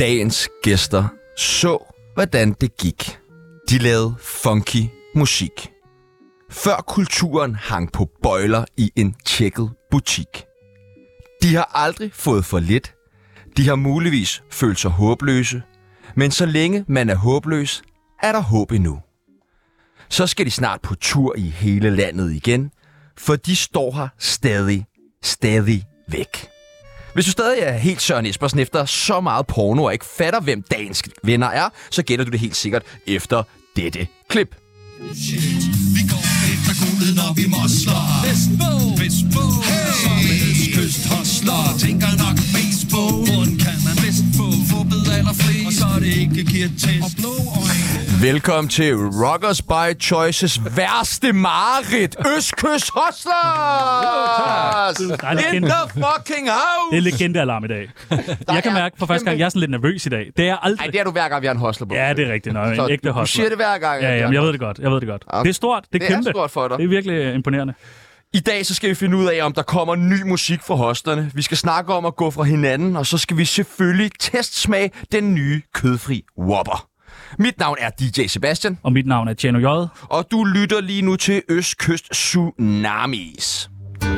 dagens gæster så, hvordan det gik. De lavede funky musik. Før kulturen hang på bøjler i en tjekket butik. De har aldrig fået for lidt. De har muligvis følt sig håbløse. Men så længe man er håbløs, er der håb endnu. Så skal de snart på tur i hele landet igen, for de står her stadig væk. Hvis du stadig er helt Søren Espersen efter så meget porno og ikke fatter, hvem dagens venner er, så gætter du det helt sikkert efter dette klip. Shit, vi går efter guldet, når vi mosler. Vestbo, som østkyst hostler. Tænker nok mest på, hvordan kan man bedst få bed allerflest. Og så er det ikke kirtest og blå øjne. Velkommen til Rockers by Choices værste mareridt, Østkyst Hustlers! In the fucking house! Det er legendealarm i dag. Jeg kan mærke for første gang, jeg er sådan lidt nervøs i dag. Det er aldrig... Nej, det er du hver gang, vi har en hostler på. Ja, det er rigtigt. En ægte hostler. Du siger det hver gang. Ja, jeg ved det godt. Okay. Det er stort. Det er kæmpe. Det er stort for dig. Det er virkelig imponerende. I dag så skal vi finde ud af, om der kommer ny musik fra hostlerne. Vi skal snakke om at gå fra hinanden, og så skal vi selvfølgelig testsmage den nye kødfri Whopper. Mit navn er DJ Sebastian. Og mit navn er Tjeno J. Og du lytter lige nu til Østkyst Tsunamis.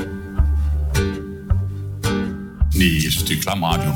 Jeg synes, det er klam radio.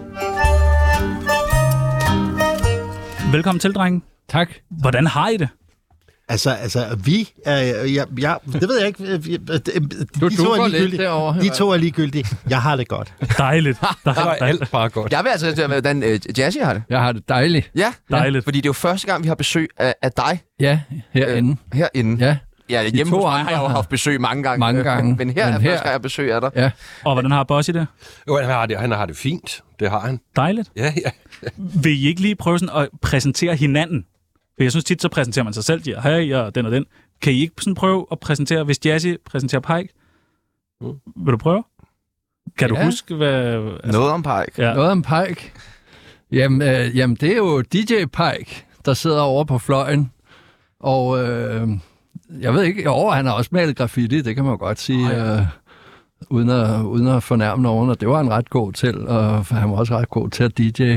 Velkommen til, drenge. Tak. Hvordan har I det? Altså, vi... det ved jeg ikke. Du dukker lidt derovre. De to er ligegyldige. Jeg har det godt. Dejligt. Der var alt bare godt. Jeg vil altså til, hvordan Jazzy har det. Jeg har det dejligt. Ja, Dejligt. fordi det er jo første gang, vi har besøg af dig. Ja, herinde. Herinde. Ja. Ja, hjemme hos mig har jeg jo haft besøg mange gange. Mange gange. Men her er første gang, jeg har besøg af dig. Ja. Og hvordan har Bossy det? Jo, han har det fint. Det har han. Dejligt. Ja. Vil I ikke lige prøve sådan at præsentere hinanden? For jeg synes tit, så præsenterer man sig selv. Ja, hej, og den og den. Kan I ikke sådan prøve at præsentere, hvis Jazzy præsenterer Pike? Vil du prøve? Kan du huske, hvad... Noget om Pike. Ja. Noget om Pike. Jamen, det er jo DJ Pike, der sidder over på fløjen. Og jeg ved ikke, han har også malet graffiti, det kan man jo godt sige, uden at fornærme nogen. Og det var han ret god til, og han var også ret god til at DJ.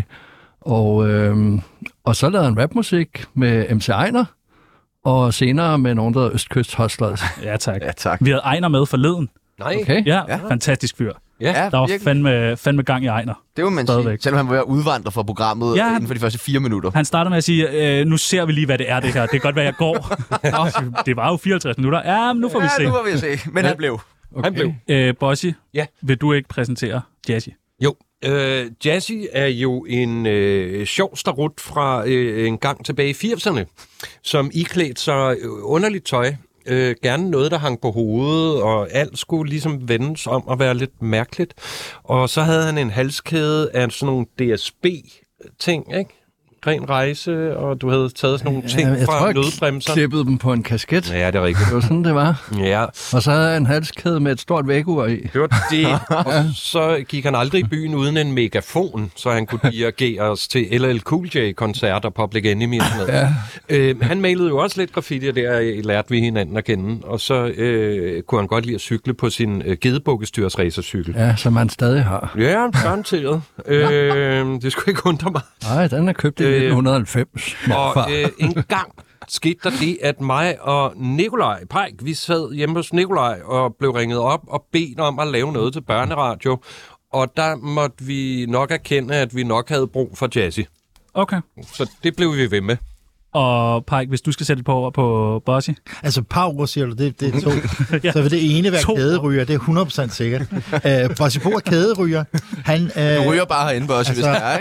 Og så lavede han rapmusik med MC Ejner, og senere med nogen, der hedder Østkyst Hustlers. Ja, tak. Ja, tak. Vi havde Ejner med forleden. Nej. Okay. Ja, fantastisk fyr. Ja, Der var virkelig. fandme gang i Ejner. Det må man sige. Stadigvæk. Selvom han var ved at udvandre fra programmet inden for de første 4 minutter. Han starter med at sige, nu ser vi lige, hvad det er, det her. Det kan godt være, jeg går. Det var jo 54 minutter. Ja, men nu får vi se. Ja, nu får vi se. Men han blev. Okay. Han blev. Bossy, vil du ikke præsentere Jazzy? Jo. Jazzy er jo en sjov starut fra en gang tilbage i 80'erne, som iklædte sig underligt tøj. Gerne noget, der hang på hovedet, og alt skulle ligesom vendes om at være lidt mærkeligt. Og så havde han en halskæde af sådan nogle DSB-ting, ikke? Ren rejse, og du havde taget sådan nogle ting fra nødbremser. Jeg klippede dem på en kasket. Ja, det er rigtigt. Det var sådan, det var. Ja. Og så havde jeg en halskæde med et stort vækkeur i. Det var det. Og så gik han aldrig i byen uden en megafon, så han kunne dirigere os til LL Cool J-koncerter, Public Enemy og sådan noget. Han malede jo også lidt graffiti, og der lærte vi hinanden at kende. Og så kunne han godt lide at cykle på sin gedebukkestyrsracercykel. Ja, som han stadig har. Ja, garanteret. Det skulle ikke undre mig. Nej, den er købt i 1990. Og en gang skete der det, at mig og Nikolaj Pike, vi sad hjemme hos Nikolaj og blev ringet op og bedt om at lave noget til børneradio. Og der måtte vi nok erkende, at vi nok havde brug for Jazzy. Okay. Så det blev vi ved med. Og Pike, hvis du skal sætte på over på Bossy. Altså, power, siger du, det er to. Så vil det ene være kæderyger, det er 100% sikkert. Bossy Bo er kæderyger. Du ryger bare herinde, Bossy, hvis det er,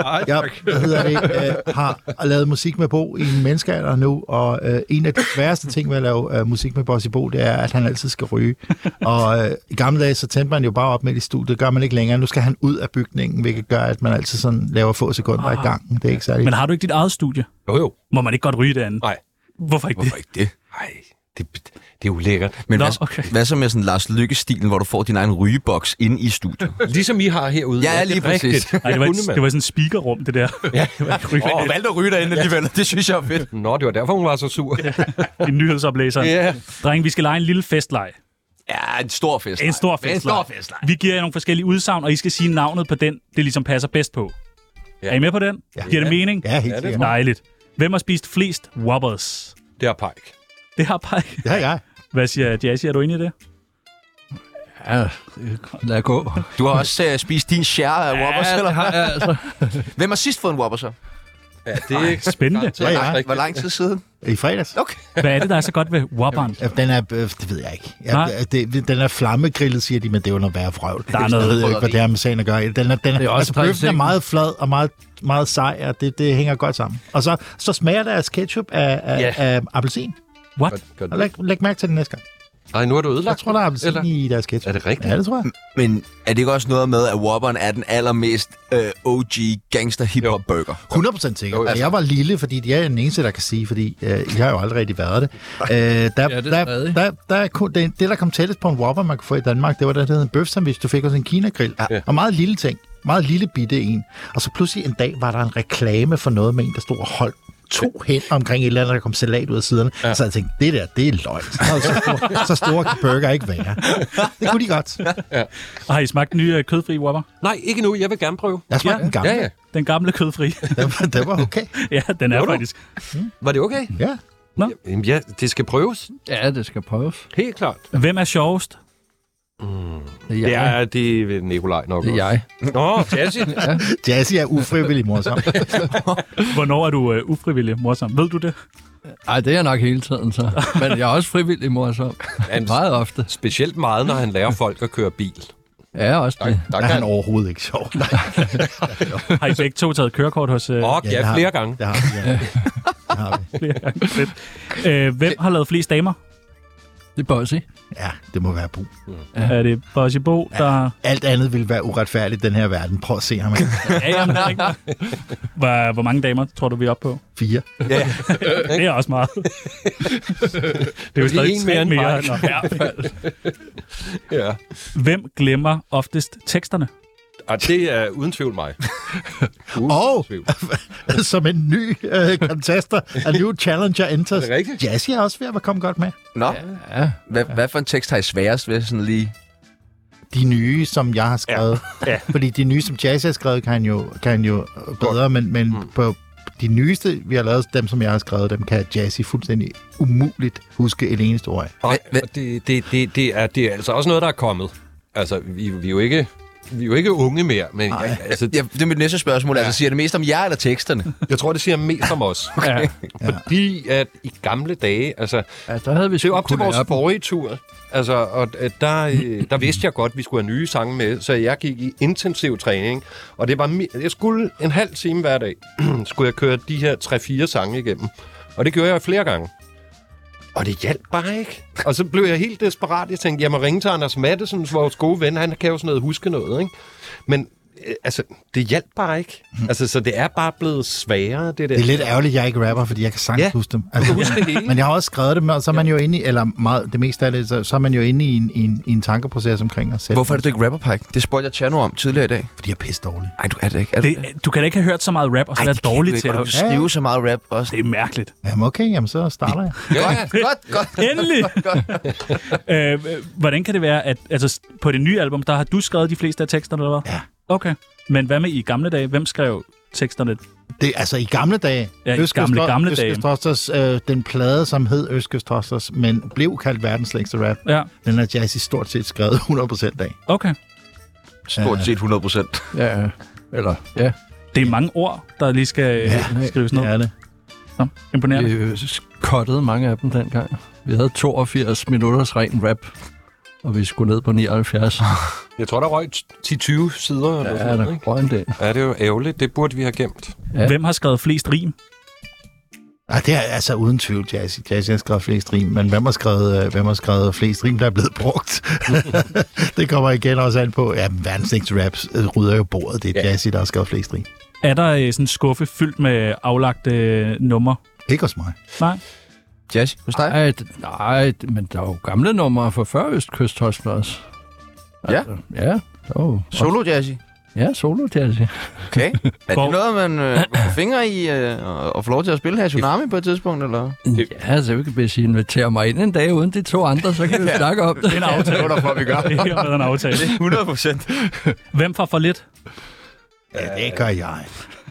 ikke? Har lavet musik med Bo i en menneskealder nu, og en af de sværeste ting ved at lave musik med Bossy Bo, det er, at han altid skal ryge. Og i gamle dage, så tændte man jo bare op midt i studiet. Det gør man ikke længere. Nu skal han ud af bygningen, hvilket gør, at man altid sådan laver få sekunder i gangen. Det er ikke særligt. Men har du ikke dit eget studie? Jo. Må man ikke godt ryge derinde? Nej. Hvorfor ikke det? Nej, det er jo lækkert. Men hvad så med sådan Lars Lykke-stilen, hvor du får din egen rygeboks inde i studiet? Ligesom I har herude. Ja, lige præcis. Nej, det var sådan en speakerrum, det der. Ja. Valgte at ryge derinde alligevel. Det synes jeg er fedt. Nå, det var derfor, hun var så sur. En nyhedsoplæser. Ja. Dreng, vi skal lege en lille festleg. Ja, en stor fest. En stor festleg. Vi giver jer nogle forskellige udsagn, og I skal sige navnet på den, det ligesom passer bedst på. Er I med på den? Ja. Giver det mening? Ja, helt det sikkert. Dejligt. Hvem har spist flest Whoppers? Det er Pike. Det har Pike. Det har jeg. Hvad siger Jazzy? Er du inde i det? Ja, lad gå. Du har også spist din share af Whoppers, eller? har jeg altså. Hvem har sidst fået en Whopper så? Ja, det er ikke Spændende. Ja. Hvor lang tid siden? I fredags. Okay. Hvad er det, der er så godt ved Whopperen? Ja, den er, det ved jeg ikke. Nej. Den er flammegrillet, siger de, men det er jo noget værre vrøvl. Der er noget jeg ved ikke, hvad krydderi. det har med sagen at gøre. Den er også altså, bøffen er tradition. meget flad og meget, meget sej, og det hænger godt sammen. Og så smager deres ketchup af appelsin. What? Og læg mærke til den næste gang. Ej, nu er du ødelagt. Jeg tror, der er appelsin Eller? i deres ketchup. Er det rigtigt? Ja, det tror jeg. Men er det ikke også noget med, at Whopperen er den allermest OG gangster hip-hop burger? 100% sikker. Jo, Altså, jeg var lille, fordi jeg er den eneste, der kan sige, fordi jeg har jo aldrig rigtig været det. Det der kom tættest på en Whopper, man kunne få i Danmark, det var det, der hed en bøf sandwich, du fik også en Kina-grill. Ja. Og meget lille ting. Meget lille bitte en. Og så pludselig en dag var der en reklame for noget med en, der stod og holdt 2 hænder omkring et eller andet, der kom salat ud af siderne. Ja. Så jeg tænkte, det er løgn. Så store kan burger ikke være. Det kunne de godt. Og har I smagt den nye kødfri Whopper? Nej, ikke nu. Jeg vil gerne prøve. Jeg smagte den gamle. Ja. Den gamle kødfri. Det var okay. Ja, den er Var du? faktisk. Var det okay? Ja. Jamen, ja, det skal prøves. Ja, det skal prøves. Helt klart. Hvem er sjovest? Det er jeg. Det er Nikolaj nok Det er jeg. Nå, Jazzy. Jazzy er ufrivillig morsom. Hvornår er du ufrivillig morsom? Ved du det? Ej, det er jeg nok hele tiden, så. Men jeg er også frivillig morsom. Meget ofte. Specielt meget, når han lærer folk at køre bil. Ja, også det. Der Der er han kan... overhovedet ikke sjov. Nej, Har I begge to taget kørekort hos... Ja, det har flere vi. gange. Det har vi, ja. Det har vi. flere gange? Fedt. Hvem har lavet flest damer? Det er Bossy. Ja, det må være Bo. Er det Bossy Bo, der... Alt andet ville være uretfærdigt i den her verden. Prøv at se ham. Ja, jamen, det er rigtigt. Hvor mange damer tror du, vi er oppe på? 4. Ja. Det er også meget. Det er jo stadig en mere end mere. mig. Ja. Hvem glemmer oftest teksterne? Og det er uden tvivl mig. Uden Og tvivl. som en ny contester, a new challenger enters. Er det rigtigt? Jazzy er også ved at komme godt med. Nå, Ja. hvad for en tekst har I sværest ved sådan lige? De nye, som jeg har skrevet. Ja. Fordi de nye, som Jazzy har skrevet, kan han jo bedre, men på de nyeste, vi har lavet, dem som jeg har skrevet, dem kan Jazzy fuldstændig umuligt huske et eneste ord af. Og det er altså også noget, der er kommet. Altså, vi er jo ikke unge mere, men altså, Ja, det er mit næste spørgsmål. Altså, siger det mest om jer eller teksterne? jeg tror, det siger mest om os. Ja. Fordi at i gamle dage, altså, Ja, der havde vi det er sgu op til kunne vores lære dem. forrige tur, altså, og der vidste jeg godt, at vi skulle have nye sange med, så jeg gik i intensiv træning, og det var jeg skulle en halv time hver dag, skulle jeg køre de her 3-4 sange igennem, og det gjorde jeg flere gange. Og det hjalp bare ikke. Og så blev jeg helt desperat. Jeg tænkte, jeg må ringe til Anders Mattesen, vores gode ven. Han kan jo sådan noget huske noget, ikke? Men altså, det hjalp bare ikke. Altså, så det er bare blevet sværere, det der. Det er lidt ærgerligt, at jeg ikke rapper, fordi jeg kan sagtens huske dem. Du kan huske det hele. Men jeg har også skrevet dem, og så er man jo inde i, eller meget, det meste af det, så er man jo inde i en tankeproces omkring os selv. Hvorfor er det ikke rapper, Pike? Det spurgte jeg Tjerno om tidligere i dag. Fordi jeg er pisse dårlig. Nej, du er det ikke. Er Du kan da ikke have hørt så meget rap, og så være dårlig til det. det. Du skrive så meget rap også. Det er mærkeligt. Jamen okay, jamen så starter jeg. Godt. Endelig! Hvordan kan det være, at altså, på det nye album, der har du skrevet de fleste af teksterne, eller hvad? Ja. Okay. Men hvad med i gamle dage? Hvem skrev teksterne? Det altså i gamle dage. Ja, i gamle dage. Østkyst den plade, som hed Østkyst Hostlers, men blev kaldt verdens længste rap. Ja, Den er Jazzy stort set skrevet 100% af. okay. Stort set 100%. Ja, eller, ja. Det er mange ord, der lige skal skrives ned. Det er det. Nå, imponerende. Vi kottede mange af dem dengang. Vi havde 82 minutters ren rap, og vi skulle ned på 79. Jeg tror, der røg 10-20 sider. Eller Ja, sådan noget, der ikke? røg en del. Ja, det er jo ærgerligt. Det burde vi have gemt. Ja. Hvem har skrevet flest rim? Ja, det er altså uden tvivl Jazzy. Jazzy har skrevet flest rim, men hvem har skrevet flest rim, der er blevet brugt? Det kommer igen også an på. Ja, verdens længste rap rydder jo bordet. Det er Jazzy, der har skrevet flest rim. Er der sådan en skuffe fyldt med aflagte numre? Ikke hos mig. Nej. Jazzy, hos dig? Nej, men der er jo gamle numre fra før Østkyst også. Ja. Ja. Solo Jazzy? Ja, solo Jazzy. Okay. Er det noget, man får fingre i og får lov til at spille her i Tsunami på et tidspunkt, eller? Ja, så hvis I inviterer mig ind en dag uden de 2 andre, så kan vi snakke om det. Det er en aftale. Det er derfor, vi gør. Det er en aftale. 100%. Hvem får for lidt? Ja, det gør jeg.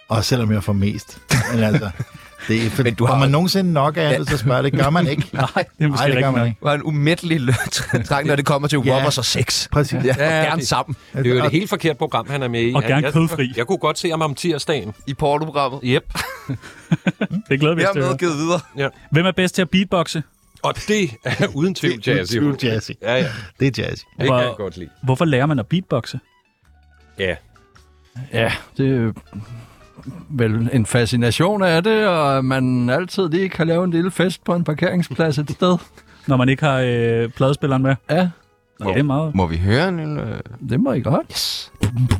Og selvom jeg får mest. Men altså, det er, Men du har har- man nogensinde nok af det, så spørger det. Gør man ikke. Nej, det er måske Nej, det gør rigtigt man nok. ikke. Du har en umættelig dreng, når det kommer til Whoppers og sex. Præcis. Ja, Ja, gerne det- sammen Det er jo et helt forkert program, han er med i. Og gerne Jeg- kødfri. Jeg kunne godt se ham om tirsdagen. i pornoprogrammet. Yep. Det glæder vi Jeg os til. er at med høre. givet videre. Hvem er bedst til at beatboxe? Og det er uden tvivl jazzy. Uden tvivl jazzy. Ja, ja. Det er jazzy. Det kan Hvor- jeg godt lide. Hvorfor lærer man at beatboxe? Ja. Ja, det er vel en fascination af det, og man altid lige kan lave en lille fest på en parkeringsplads et sted. Når man ikke har pladespilleren med? Ja, Nå, det er meget. Må vi høre en lille... det må I godt. Yes.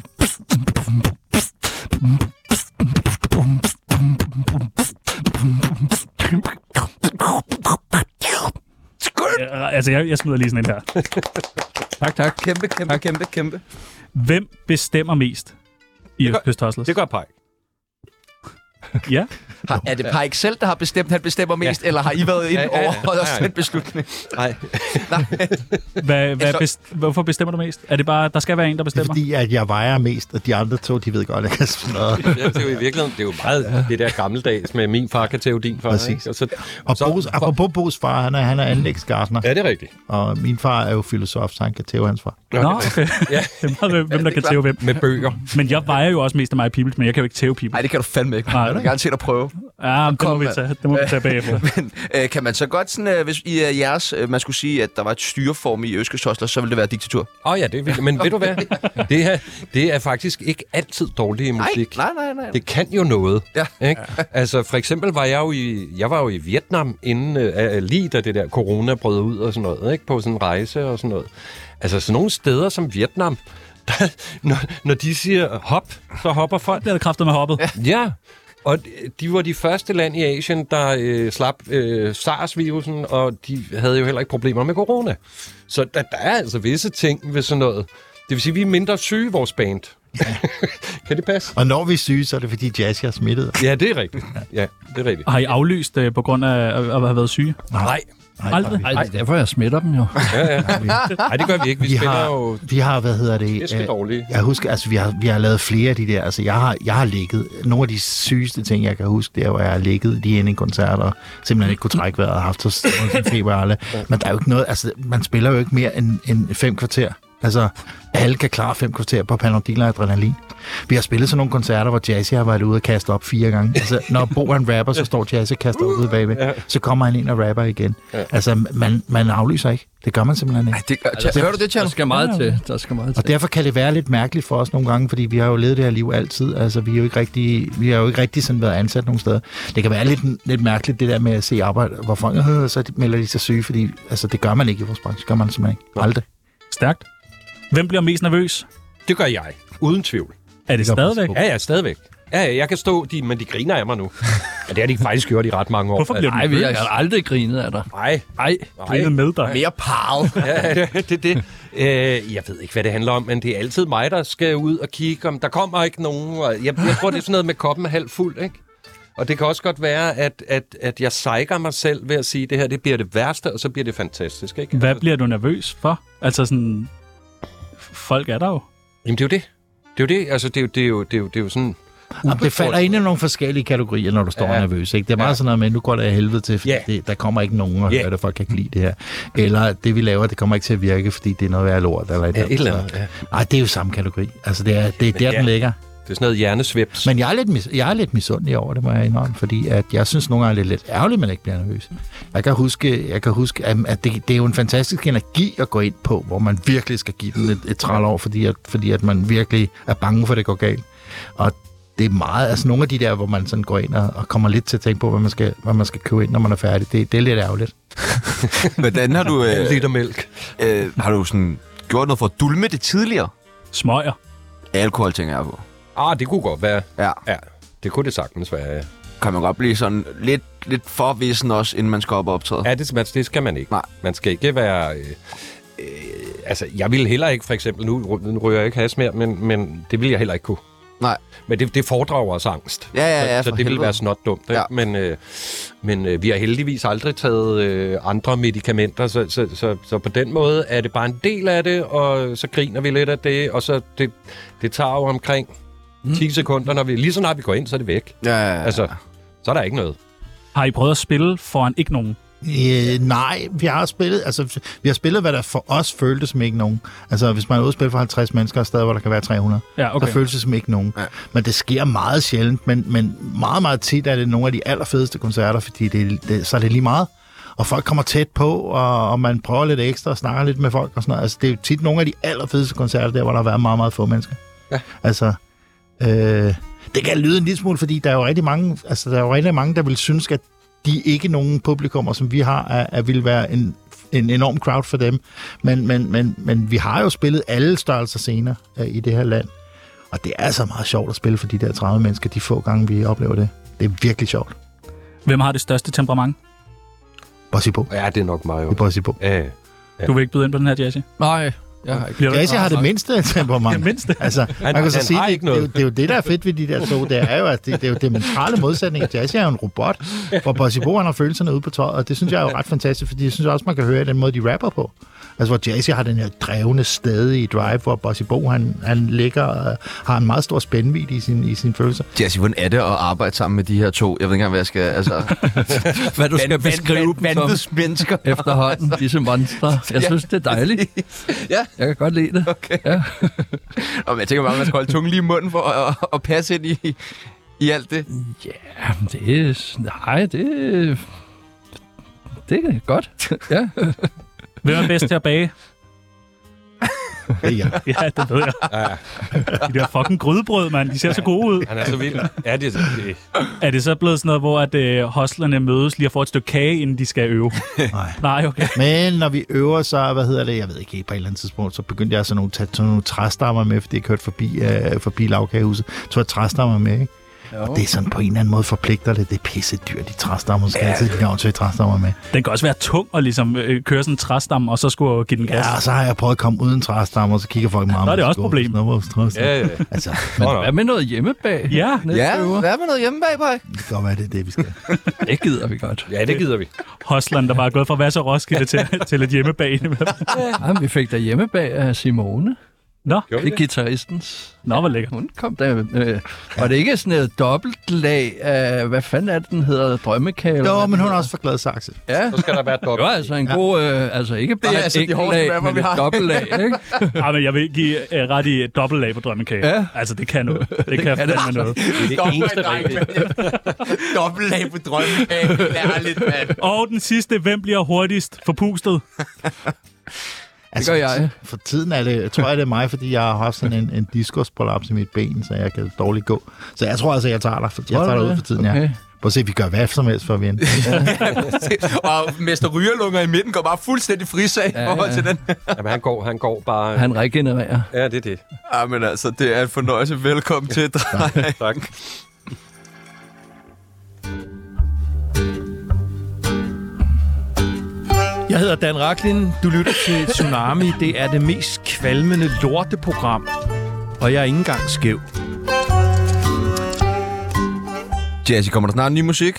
Ja, altså, jeg smider lige sådan en her. Tak. Kæmpe. Hvem bestemmer mest i Østkyst Hustlers? Det gør Pike. Ja. Er det Pike selv, der har bestemt, han bestemmer mest, eller har I været inde over os den beslutning? Nej. Hvorfor bestemmer du mest? Er det bare, der skal være en, der Det er bestemmer? fordi, at jeg vejer mest, og de andre to, de ved godt, at jeg kan sådan noget. Ja, det er jo i virkeligheden, det er jo meget det der gammeldags med min far kan tæve din far. Præcis. Ikke? Og apropos Bo's far, han er anlægsgartner, Ja, det er rigtigt. og min far er jo filosof, så han kan tæve hans far. Nå, okay. Ja. Det er meget, hvem der kan tæve hvem. Med bøger. Men jeg vejer jo også mest af mig i Peoples, men jeg kan jo ikke tæve Peoples. Nej, det kan du fandme ikke. Nej. Jeg vil gerne se dig prøve. Ja, det må Kom, vi mand. tage, det må vi tage bagefter. Men kan man så godt sådan, hvis i jeres, man skulle sige, at der var et styreform i Østkyst Hustlers, så ville det være diktatur? Ja, det vil, men ved du hvad? Det er faktisk ikke altid dårlig musik. Nej. Det kan jo noget. Ja. Ikke? Altså, for eksempel var jeg var jo i Vietnam inden, lige da det der corona brød ud og sådan noget, ikke? På sådan en rejse og sådan noget. Altså, sådan nogle steder som Vietnam, der, når de siger hop, så hopper folk. Det er kræftet med hoppet. Ja, og de var de første land i Asien, der slap SARS-virusen, og de havde jo heller ikke problemer med corona. Så der er altså visse ting ved sådan noget. Det vil sige, at vi er mindre syge i vores band. Kan det passe? Og når vi er syge, så er det fordi Jazzy er smittet. Ja, det er rigtigt. Ja, det er rigtigt. Har I aflyst på grund af at have været syge? Nej. Aldrig? Ej, det er derfor, jeg smitter dem jo. Ja. Nej, det gør vi ikke. Vi spiller jo... Vi har, Det er sgu dårligt. Jeg husker, altså vi har lavet flere af de der, altså jeg har ligget, nogle af de sygeste ting, jeg kan huske, det er jo, at jeg har ligget lige inde i en koncert, og simpelthen ikke kunne trække vejret, og haft så stor feber og alle. Men der er jo ikke noget, altså man spiller jo ikke mere end 5 kvarter. Altså, alle kan klare 5 kvarter på Panodil og adrenalin. Vi har spillet sådan nogle koncerter, hvor Jazzy har været ude og kaste op 4 gange. Altså, når Bo han rapper, så står Jazzy og kaster op ude bagved. Så kommer han ind og rapper igen. Altså, man aflyser ikke. Det gør man simpelthen ikke. Ej, det gør, hører du det, Der Tjerno? skal meget til. Der skal meget til. Og derfor kan det være lidt mærkeligt for os nogle gange, fordi vi har jo levet det her liv altid. Altså, vi har jo ikke rigtig sådan været ansat nogen steder. Det kan være lidt mærkeligt, det der med at se arbejde, hvor folk så melder de sig syge, fordi altså, det gør man ikke i vores branche. Det gør man simpelthen ikke. Aldrig. Stærkt. Hvem bliver mest nervøs? Det gør jeg. Uden tvivl. Er det stadigvæk? Ja, stadigvæk. Ja, jeg kan stå, men de griner af mig nu. Og det har de faktisk gjort i ret mange år. Hvorfor bliver du Nej, vi nervøs? har aldrig grinet af dig. Nej. Grinet med dig. Mere parret. Ja, det er det. Jeg ved ikke, hvad det handler om, men det er altid mig, der skal ud og kigge om. Der kommer ikke nogen. Og jeg tror, det er sådan noget med koppen er halvt fuld, ikke? Og det kan også godt være, at jeg sejker mig selv ved at sige, at det her det bliver det værste, og så bliver det fantastisk, ikke? Hvad bliver du nervøs for? Altså sådan... Folk er der jo. Jamen, det er jo det. Det er jo det. Altså, det er jo sådan... Jamen, det falder ind i nogle forskellige kategorier, når du står nervøs. Ikke? Det er meget sådan noget med, nu går det af helvede til, fordi der kommer ikke nogen og hører det, folk kan ikke lide det her. Eller det, vi laver, det kommer ikke til at virke, fordi det er noget værd lort. Eller et eller andet. Nej, det er jo samme kategori. Altså, det er der, den ligger. Det er sådan noget hjernesvips. Men jeg er lidt misundelig over det, må jeg indrømme, fordi at jeg synes nogle gange, det er lidt ærgerligt, at man ikke bliver nervøs. Jeg kan huske, at det er jo en fantastisk energi at gå ind på, hvor man virkelig skal give den et træl over, fordi at man virkelig er bange for, at det går galt. Og det er meget, altså nogle af de der, hvor man sådan går ind og kommer lidt til at tænke på, hvad man skal købe ind, når man er færdig. Det er lidt ærgerligt. Hvordan har du... En liter mælk. har du sådan gjort noget for at dulme det tidligere? Smøger. Alkohol tænker jeg på. Det kunne godt være. Ja. Ja, det kunne det sagtens være, ja. Kan man godt blive sådan lidt for vissen også, inden man skal op og optræde? Ja, det skal man ikke. Nej. Man skal ikke være... altså, jeg ville heller ikke, for eksempel, nu ryger jeg ikke has mere, men det ville jeg heller ikke kunne. Nej. Men det foredrager os angst. Ja, så det ville være snot dumt. Ja. Men vi har heldigvis aldrig taget andre medicamenter, så på den måde er det bare en del af det, og så griner vi lidt af det, og så det tager jo omkring 10 sekunder, når lige så snart vi går ind, så er det væk. Ja. Altså, så er der ikke noget. Har I prøvet at spille foran ikke nogen? Nej, vi har spillet, hvad der for os føltes som ikke nogen. Altså, hvis man er ude og spille for 50 mennesker, og stadig, hvor der kan være 300, Ja, okay. der føles det som ikke nogen. Ja. Men det sker meget sjældent, men meget, meget tit er det nogle af de allerfedeste koncerter, fordi så er det lige meget. Og folk kommer tæt på, og man prøver lidt ekstra og snakker lidt med folk og sådan noget. Altså, det er jo tit nogle af de allerfedeste koncerter, der hvor der har været meget, meget få mennesker. Ja. Altså, det kan lyde en lille smule, fordi der er jo rigtig mange, der vil synes, at de ikke nogen publikummer, som vi har, at vil være en enorm crowd for dem. Men vi har jo spillet alle størrelser scener i det her land. Og det er altså meget sjovt at spille for de der 30 mennesker, de få gange, vi oplever det. Det er virkelig sjovt. Hvem har det største temperament? Bossy Bo. Ja, det er nok mig jo. Det er Bossy Bo. Ja. Du vil ikke byde ind på den her, Jesse? Nej, jeg har ikke. Jesse har det mindste temperament. Det mindste. Altså, man kan så sige, ikke noget. det er jo det, der er fedt ved de der to. Det er jo, at det er jo det mentale modsætning. Jesse er jo en robot, hvor Bossy Bo, han har følelserne ude på tøjet. Og det synes jeg er jo ret fantastisk, fordi jeg synes også, man kan høre den måde, de rapper på. Altså, hvor Jesse har den her drevne stadige drive, hvor Bossy Bo, han ligger og har en meget stor spændvidde i sin følelser. Jesse, hvordan er det at arbejde sammen med de her to? Jeg ved ikke engang, hvad jeg skal... Altså, Hvad du skal beskrive dem som mennesker. efterhånden, disse monstre. Jeg synes, det er dejligt. Ja. Jeg kan godt lide det. Okay. Ja. Og jeg tænker bare, at man skal holde tungen lige i munden for at passe ind i alt det. Ja, det er godt. Ja. Hvem er bedst til at bage? Det er jeg. Ja, det ved jeg. Ja. De der fucking grydebrød, mand. De ser så gode ud. Han er så vild. Ja, det. Er det så blevet sådan noget, hvor at hostlerne mødes lige og får et stykke kage, inden de skal øve? Nej, okay. Men når vi øver, så, jeg ved ikke, på et eller andet tidspunkt, så begyndte jeg sådan nogle træstammer med, fordi jeg kørte forbi lavkagehuset. Så tog jeg træstammer med, ikke? Jo. Og det er sådan på en eller anden måde forpligter det. Det er pisse dyrt, de træstammer. Skal altid de navn til træstammer med. Den kan også være tung at ligesom køre sådan en træstamme, og så skulle give den gas. Ja, og så har jeg prøvet at komme uden træstammer, og så kigger folk meget. Så er det også et problem. Ja. Altså, Men hvad med noget hjemmebag? Ja, Hvad med noget hjemmebag, Paj? det kan godt være, det er det, vi skal. Det gider vi godt. Ja, det gider vi. hostlerne, der bare er gået fra Vas og Roskilde til et hjemmebag. Ja, vi fik da hjemmebag af Simone. Nå, Det er guitaristens. nå, hvor lækkert. Hun kom der. Og det ikke sådan et dobbeltlag af, hvad fanden er det, den hedder? Drømmekage? Jo, men hun er også fra Gladsaxe. Ja, Så skal der være det var dobbelt. altså en god, altså ikke bare Det er altså et de enkelt hårdeste lag, rapper, men vi et har. dobbeltlag, ikke? Ja, men jeg vil give ret i et dobbeltlag på drømmekage. Ja. Altså, det kan noget. Det kan fandme noget. Det er eneste rigtige. Dobbeltlag på drømmekage. Lærligt, mand. Og den sidste, hvem bliver hurtigst forpustet? Altså, gør jeg. For tiden er det, tror jeg, det er mig, fordi jeg har haft sådan en diskusprolaps i mit ben, så jeg kan dårligt gå. Så jeg tror altså, jeg tager dig. Jeg tager dig ud for tiden, ja. Okay. Prøv at se, vi gør hvad som helst for at vinde. Og Mester Rygerlunger i midten går bare fuldstændig frisag i forhold til den. Jamen, han går bare... Han regenererer. Ja, det er det. Ja, men altså, det er en fornøjelse. Velkommen til, dreng. Tak. Jeg hedder Dan Rachlin. Du lytter til Tsunami. Det er det mest kvalmende lorteprogram. Og jeg er ikke engang skæv. Jesse, kommer der snart ny musik?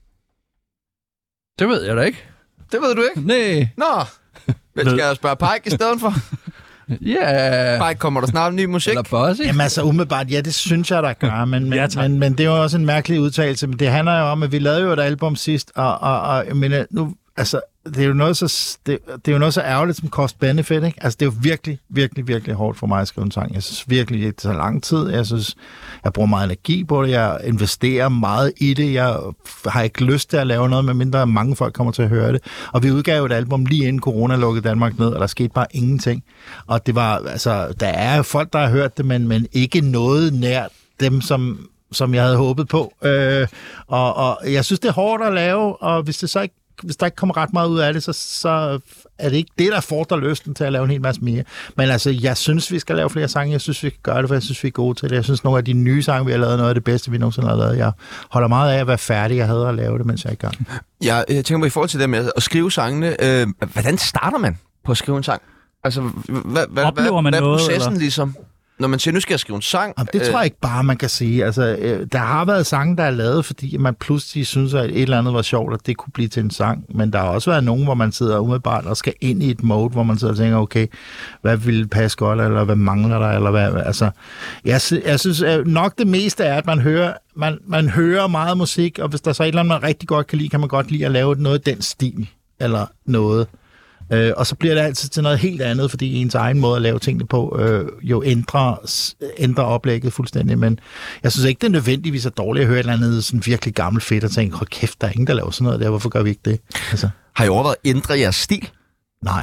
Det ved jeg da ikke. Det ved du ikke? Nej. Nå, men skal jeg spørge Pike i stedet for? Ja. Pike, kommer der snart ny musik? Eller Bossy. Jamen altså umiddelbart, ja, det synes jeg, der gør, men det er jo også en mærkelig udtalelse. Men det handler jo om, at vi lavede jo et album sidst, og jeg mener, nu, altså, det er jo noget så ærgerligt som cost-benefit, ikke? Altså, det er jo virkelig, virkelig, virkelig hårdt for mig at skrive en sang. Jeg synes virkelig, det tager lang tid. Jeg synes, jeg bruger meget energi på det. Jeg investerer meget i det. Jeg har ikke lyst til at lave noget, medmindre mange folk kommer til at høre det. Og vi udgav et album lige inden corona lukkede Danmark ned, og der skete bare ingenting. Og det var, altså, der er folk, der har hørt det, men ikke noget nær dem, som jeg havde håbet på. Og jeg synes, det er hårdt at lave, og hvis der ikke kommer ret meget ud af det, så er det ikke det, der fordrer lysten til at lave en hel masse mere. Men altså, jeg synes, vi skal lave flere sange. Jeg synes, vi kan gøre det, for jeg synes, vi er gode til det. Jeg synes, nogle af de nye sange, vi har lavet, noget af det bedste, vi nogensinde har lavet. Jeg holder meget af at være færdig. Jeg hader at lave det, mens jeg er i gang. Jeg tænker mig i forhold til det med at skrive sangene. Hvordan starter man på at skrive en sang? Altså, hvad er processen noget, ligesom? når man siger, nu skal jeg skrive en sang... Jamen, det tror jeg ikke bare, man kan sige. Altså, der har været sange, der er lavet, fordi man pludselig synes, at et eller andet var sjovt, og det kunne blive til en sang. Men der har også været nogen, hvor man sidder umiddelbart og skal ind i et mode, hvor man sidder og tænker, okay, hvad vil passe godt, eller hvad mangler der, eller hvad... Altså, jeg synes nok det meste er, at man hører meget musik, og hvis der så er et eller andet, man rigtig godt kan lide, kan man godt lide at lave noget af den stil, eller noget. Og så bliver det altid til noget helt andet, fordi ens egen måde at lave tingene på jo ændrer oplægget fuldstændig. Men jeg synes ikke, det er nødvendigvis er dårligt at høre et eller andet sådan virkelig gammelt fedt og tænke, hold kæft, der er ingen, der laver sådan noget der. Hvorfor gør vi ikke det? Altså. Har I overvejet at ændre jeres stil? Nej.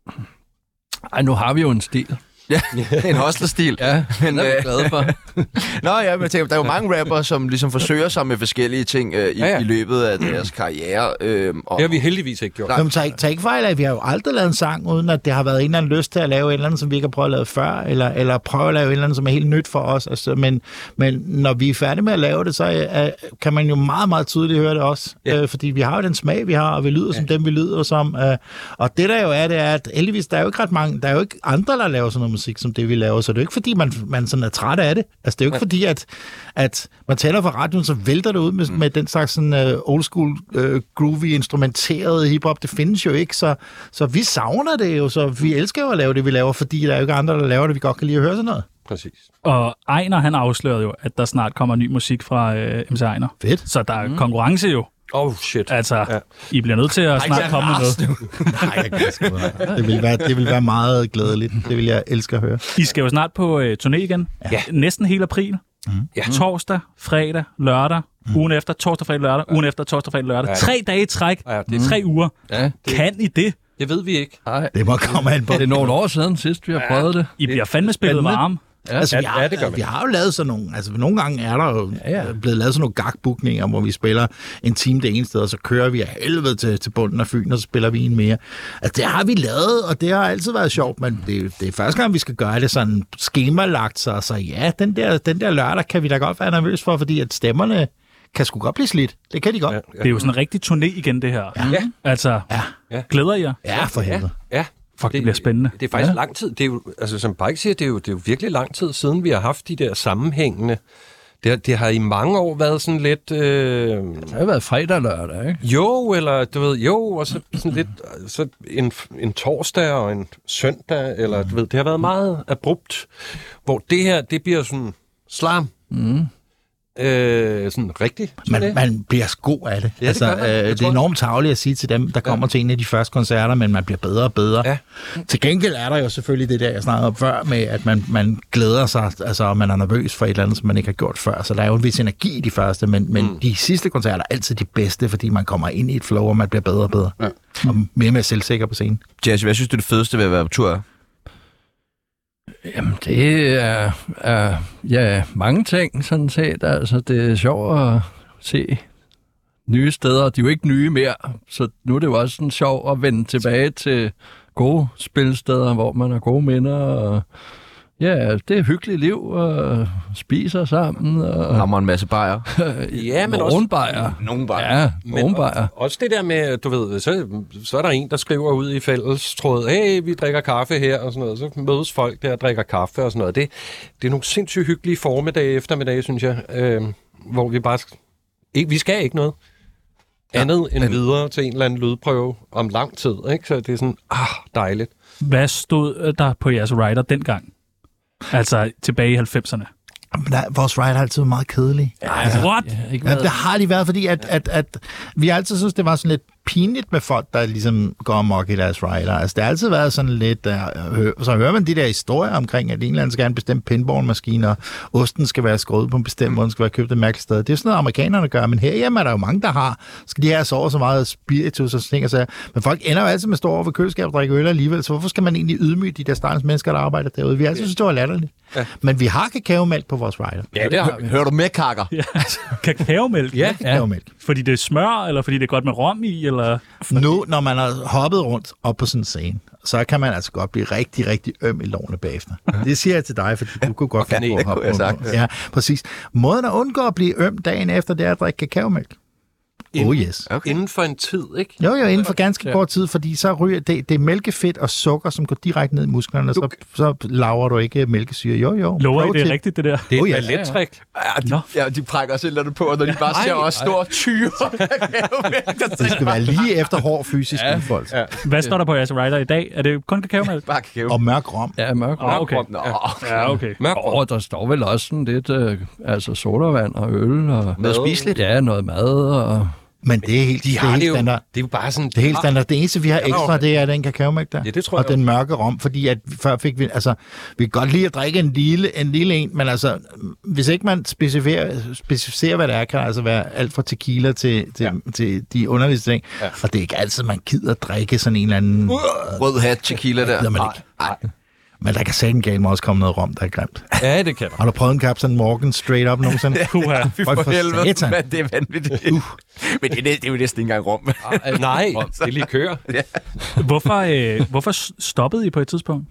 Ej, nu har vi jo en stil. Ja, en hostlerstil. Ja, den er vi glade for. Nå ja, men tænker, der er jo mange rappere, som ligesom forsøger sig med forskellige ting i løbet af deres karriere. Og... Det har vi heldigvis ikke gjort. Jamen, tag ikke fejl af, vi har jo aldrig lavet en sang, uden at det har været en eller anden lyst til at lave et eller andet, som vi ikke har prøvet at lave før, eller prøve at lave et eller andet, som er helt nyt for os. Altså, men når vi er færdige med at lave det, så kan man jo meget, meget tydeligt høre det også. Ja. Fordi vi har jo den smag, vi har, og vi lyder som dem, vi lyder som. Og det der jo er, det er, at heldigvis, der er jo ikke ret mange, der er jo ikke andre, der laver sådan noget musik, som det vi laver, så det er jo ikke fordi, man sådan er træt af det. Altså, det er jo ikke fordi, at man taler fra radioen, så vælter det ud med den slags sådan, old school, groovy, instrumenteret hiphop. Det findes jo ikke, så vi savner det jo, så vi elsker jo at lave det, vi laver, fordi der er jo ikke andre, der laver det, vi godt kan lide at høre sådan noget. Præcis. Og Ejner, han afslørede jo, at der snart kommer ny musik fra MC Ejner. Fedt. Så der er konkurrence jo. Oh shit. Altså, I bliver nødt til at snart komme med noget. Nej, jeg kan sgu det vil være meget glædeligt. Det vil jeg elske at høre. I skal jo snart på turné igen. Ja. Næsten hele april. Ja. Torsdag, fredag, lørdag. Ugen efter, torsdag, fredag, lørdag. Ugen efter, torsdag, fredag, lørdag. 3 dage i træk. Ja, det er 3 uger. Ja, Kan I det? Det ved vi ikke. nej. Det må komme an på. Det er nogle år siden sidst, vi har prøvet det. I bliver fandme spillet Spændende. varme. Ja. Altså, det gør vi. vi har jo lavet sådan nogle... Altså, nogle gange er der jo blevet lavet sådan nogle gagbookninger, hvor vi spiller en time det ene sted, og så kører vi af helvede til bunden af Fyn, og så spiller vi en mere. Altså, det har vi lavet, og det har altid været sjovt, men det er første gang, vi skal gøre det sådan skemalagt, så ja, den der lørdag kan vi da godt være nervøs for, fordi at stemmerne kan sgu godt blive slidt. Det kan de godt. Det er jo sådan en rigtig turné igen, det her. Ja. Altså, glæder I jer? Ja, for helvede. Ja. Fuck, det bliver spændende. Det er faktisk lang tid. Det er jo, altså, som Bike siger, det er jo virkelig lang tid siden, vi har haft de der sammenhængende. Det har i mange år været sådan lidt... Det har jo været fredag og lørdag, ikke? Jo, eller du ved, og så sådan lidt så en torsdag og en søndag, eller du ved, det har været meget abrupt, hvor det her, det bliver sådan slam. Sådan rigtigt. Man bliver god af det. Ja, altså, det er enormt tarveligt at sige til dem, der kommer til en af de første koncerter, men man bliver bedre og bedre. Ja. Til gengæld er der jo selvfølgelig det der, jeg snakkede om før, med at man glæder sig, altså og man er nervøs for et eller andet, som man ikke har gjort før. Så der er jo en vis energi i de første, men de sidste koncerter er altid de bedste, fordi man kommer ind i et flow, og man bliver bedre og bedre. Ja. Og mere og mere selvsikker på scenen. Jazzy, hvad synes du det fedeste ved at være på tur er? Jamen, det er mange ting, sådan set. Altså, det er sjovt at se nye steder. De er jo ikke nye mere, så nu er det jo også sådan sjovt at vende tilbage til gode spilsteder, hvor man har gode minder. Og ja, det er hyggeligt liv, og spiser sammen. Og Hammer en masse bajer. Ja, men nogle bajer. Nogle bajer. Ja, nogle bajer. Også det der med, du ved, så er der en, der skriver ud i fællestråd, hey, vi drikker kaffe her, og sådan noget. Så mødes folk der og drikker kaffe og sådan noget. Det er nogle sindssygt hyggelige formiddag eftermiddag, synes jeg, hvor vi bare... Vi skal ikke noget andet end videre til en eller anden lydprøve om lang tid, ikke? Så det er sådan, dejligt. Hvad stod der på jeres rider dengang? Altså tilbage i 90'erne? Vores ride har altid været meget kedelig. What? Ja, det har de været, fordi at vi altid synes, det var sådan lidt pinligt med folk, der ligesom går amok i deres rider. Altså, det har altid været sådan lidt... så hører man de der historier omkring, at en eller anden skal have en bestemt pinballmaskine, og osten skal være skåret på en bestemt måde, den skal være købt et mærkeligt sted. Det er sådan noget, amerikanerne gør, men herhjemme er der jo mange, der har. Skal de have så meget spiritus og ting og sager. Men folk ender jo altid med at stå over ved køleskabet og drikke øl alligevel, så hvorfor skal man egentlig ydmyge de der stakkels mennesker, der arbejder derude? Vi altid synes, det var latterligt. Ja. Men vi har kakaomælk på vores rider. Ja, det har vi. Hører du med, Kakker? Ja. Kakaomælk? Ja. Kakaomælk. Fordi det er smør, eller fordi det er godt med rom i, eller... Nu, når man har hoppet rundt op på sådan en scene, så kan man altså godt blive rigtig, rigtig øm i lårene bagefter. Det siger jeg til dig, fordi du kunne godt finde at hoppe rundt. Ja, præcis. Måden at undgå at blive øm dagen efter, det er at drikke kakaomælk. Yes. Okay. Inden for en tid, ikke? Jo, inden for ganske kort tid, fordi så ryger det er mælkefedt og sukker, som går direkte ned i musklerne, og så laver du ikke mælkesyre. Jo. Lover I, det er rigtigt, det der? Det er et ja. ballettrik. Ja, de prækker også et eller andet på, og når de bare ser også store tyre. Det skal være lige efter hård fysisk udfoldelse. Ja. Hvad står der på jeres rider i dag? Er det kun kakaomælk? Bare kakao. Og mørk rom. Ja, mørk. Okay. Nå, Ja, okay. Mørk rom. Der står vel også sådan lidt sodavand og øl og noget spiseligt. ja, noget mad og Men det er helt, De har det jo. standard. Det er jo bare sådan... Det er helt standard. Det eneste, vi har ekstra, det er den kakaomælk der. Ja, det tror og jeg den mørke rom, fordi at før fik vi... Altså, vi kan godt lide at drikke en lille en, men altså, hvis ikke man specificerer, hvad det er, kan det altså være alt fra tequila til de underviste ting. Ja. Og det er ikke altid, man gider at drikke sådan en eller anden... Rød hat tequila der. gider man ikke. Nej. Men der kan sagen galt også komme noget rom, der er grimt. Ja, det kan der. Har du prøvet en Captain Morgan straight up nogensinde? Puha. Fy Øj, for for helvede, satan. man, det er vanvittigt. Men det er jo næsten ikke engang rom. Nej, det er lige kører. Hvorfor stoppede I på et tidspunkt?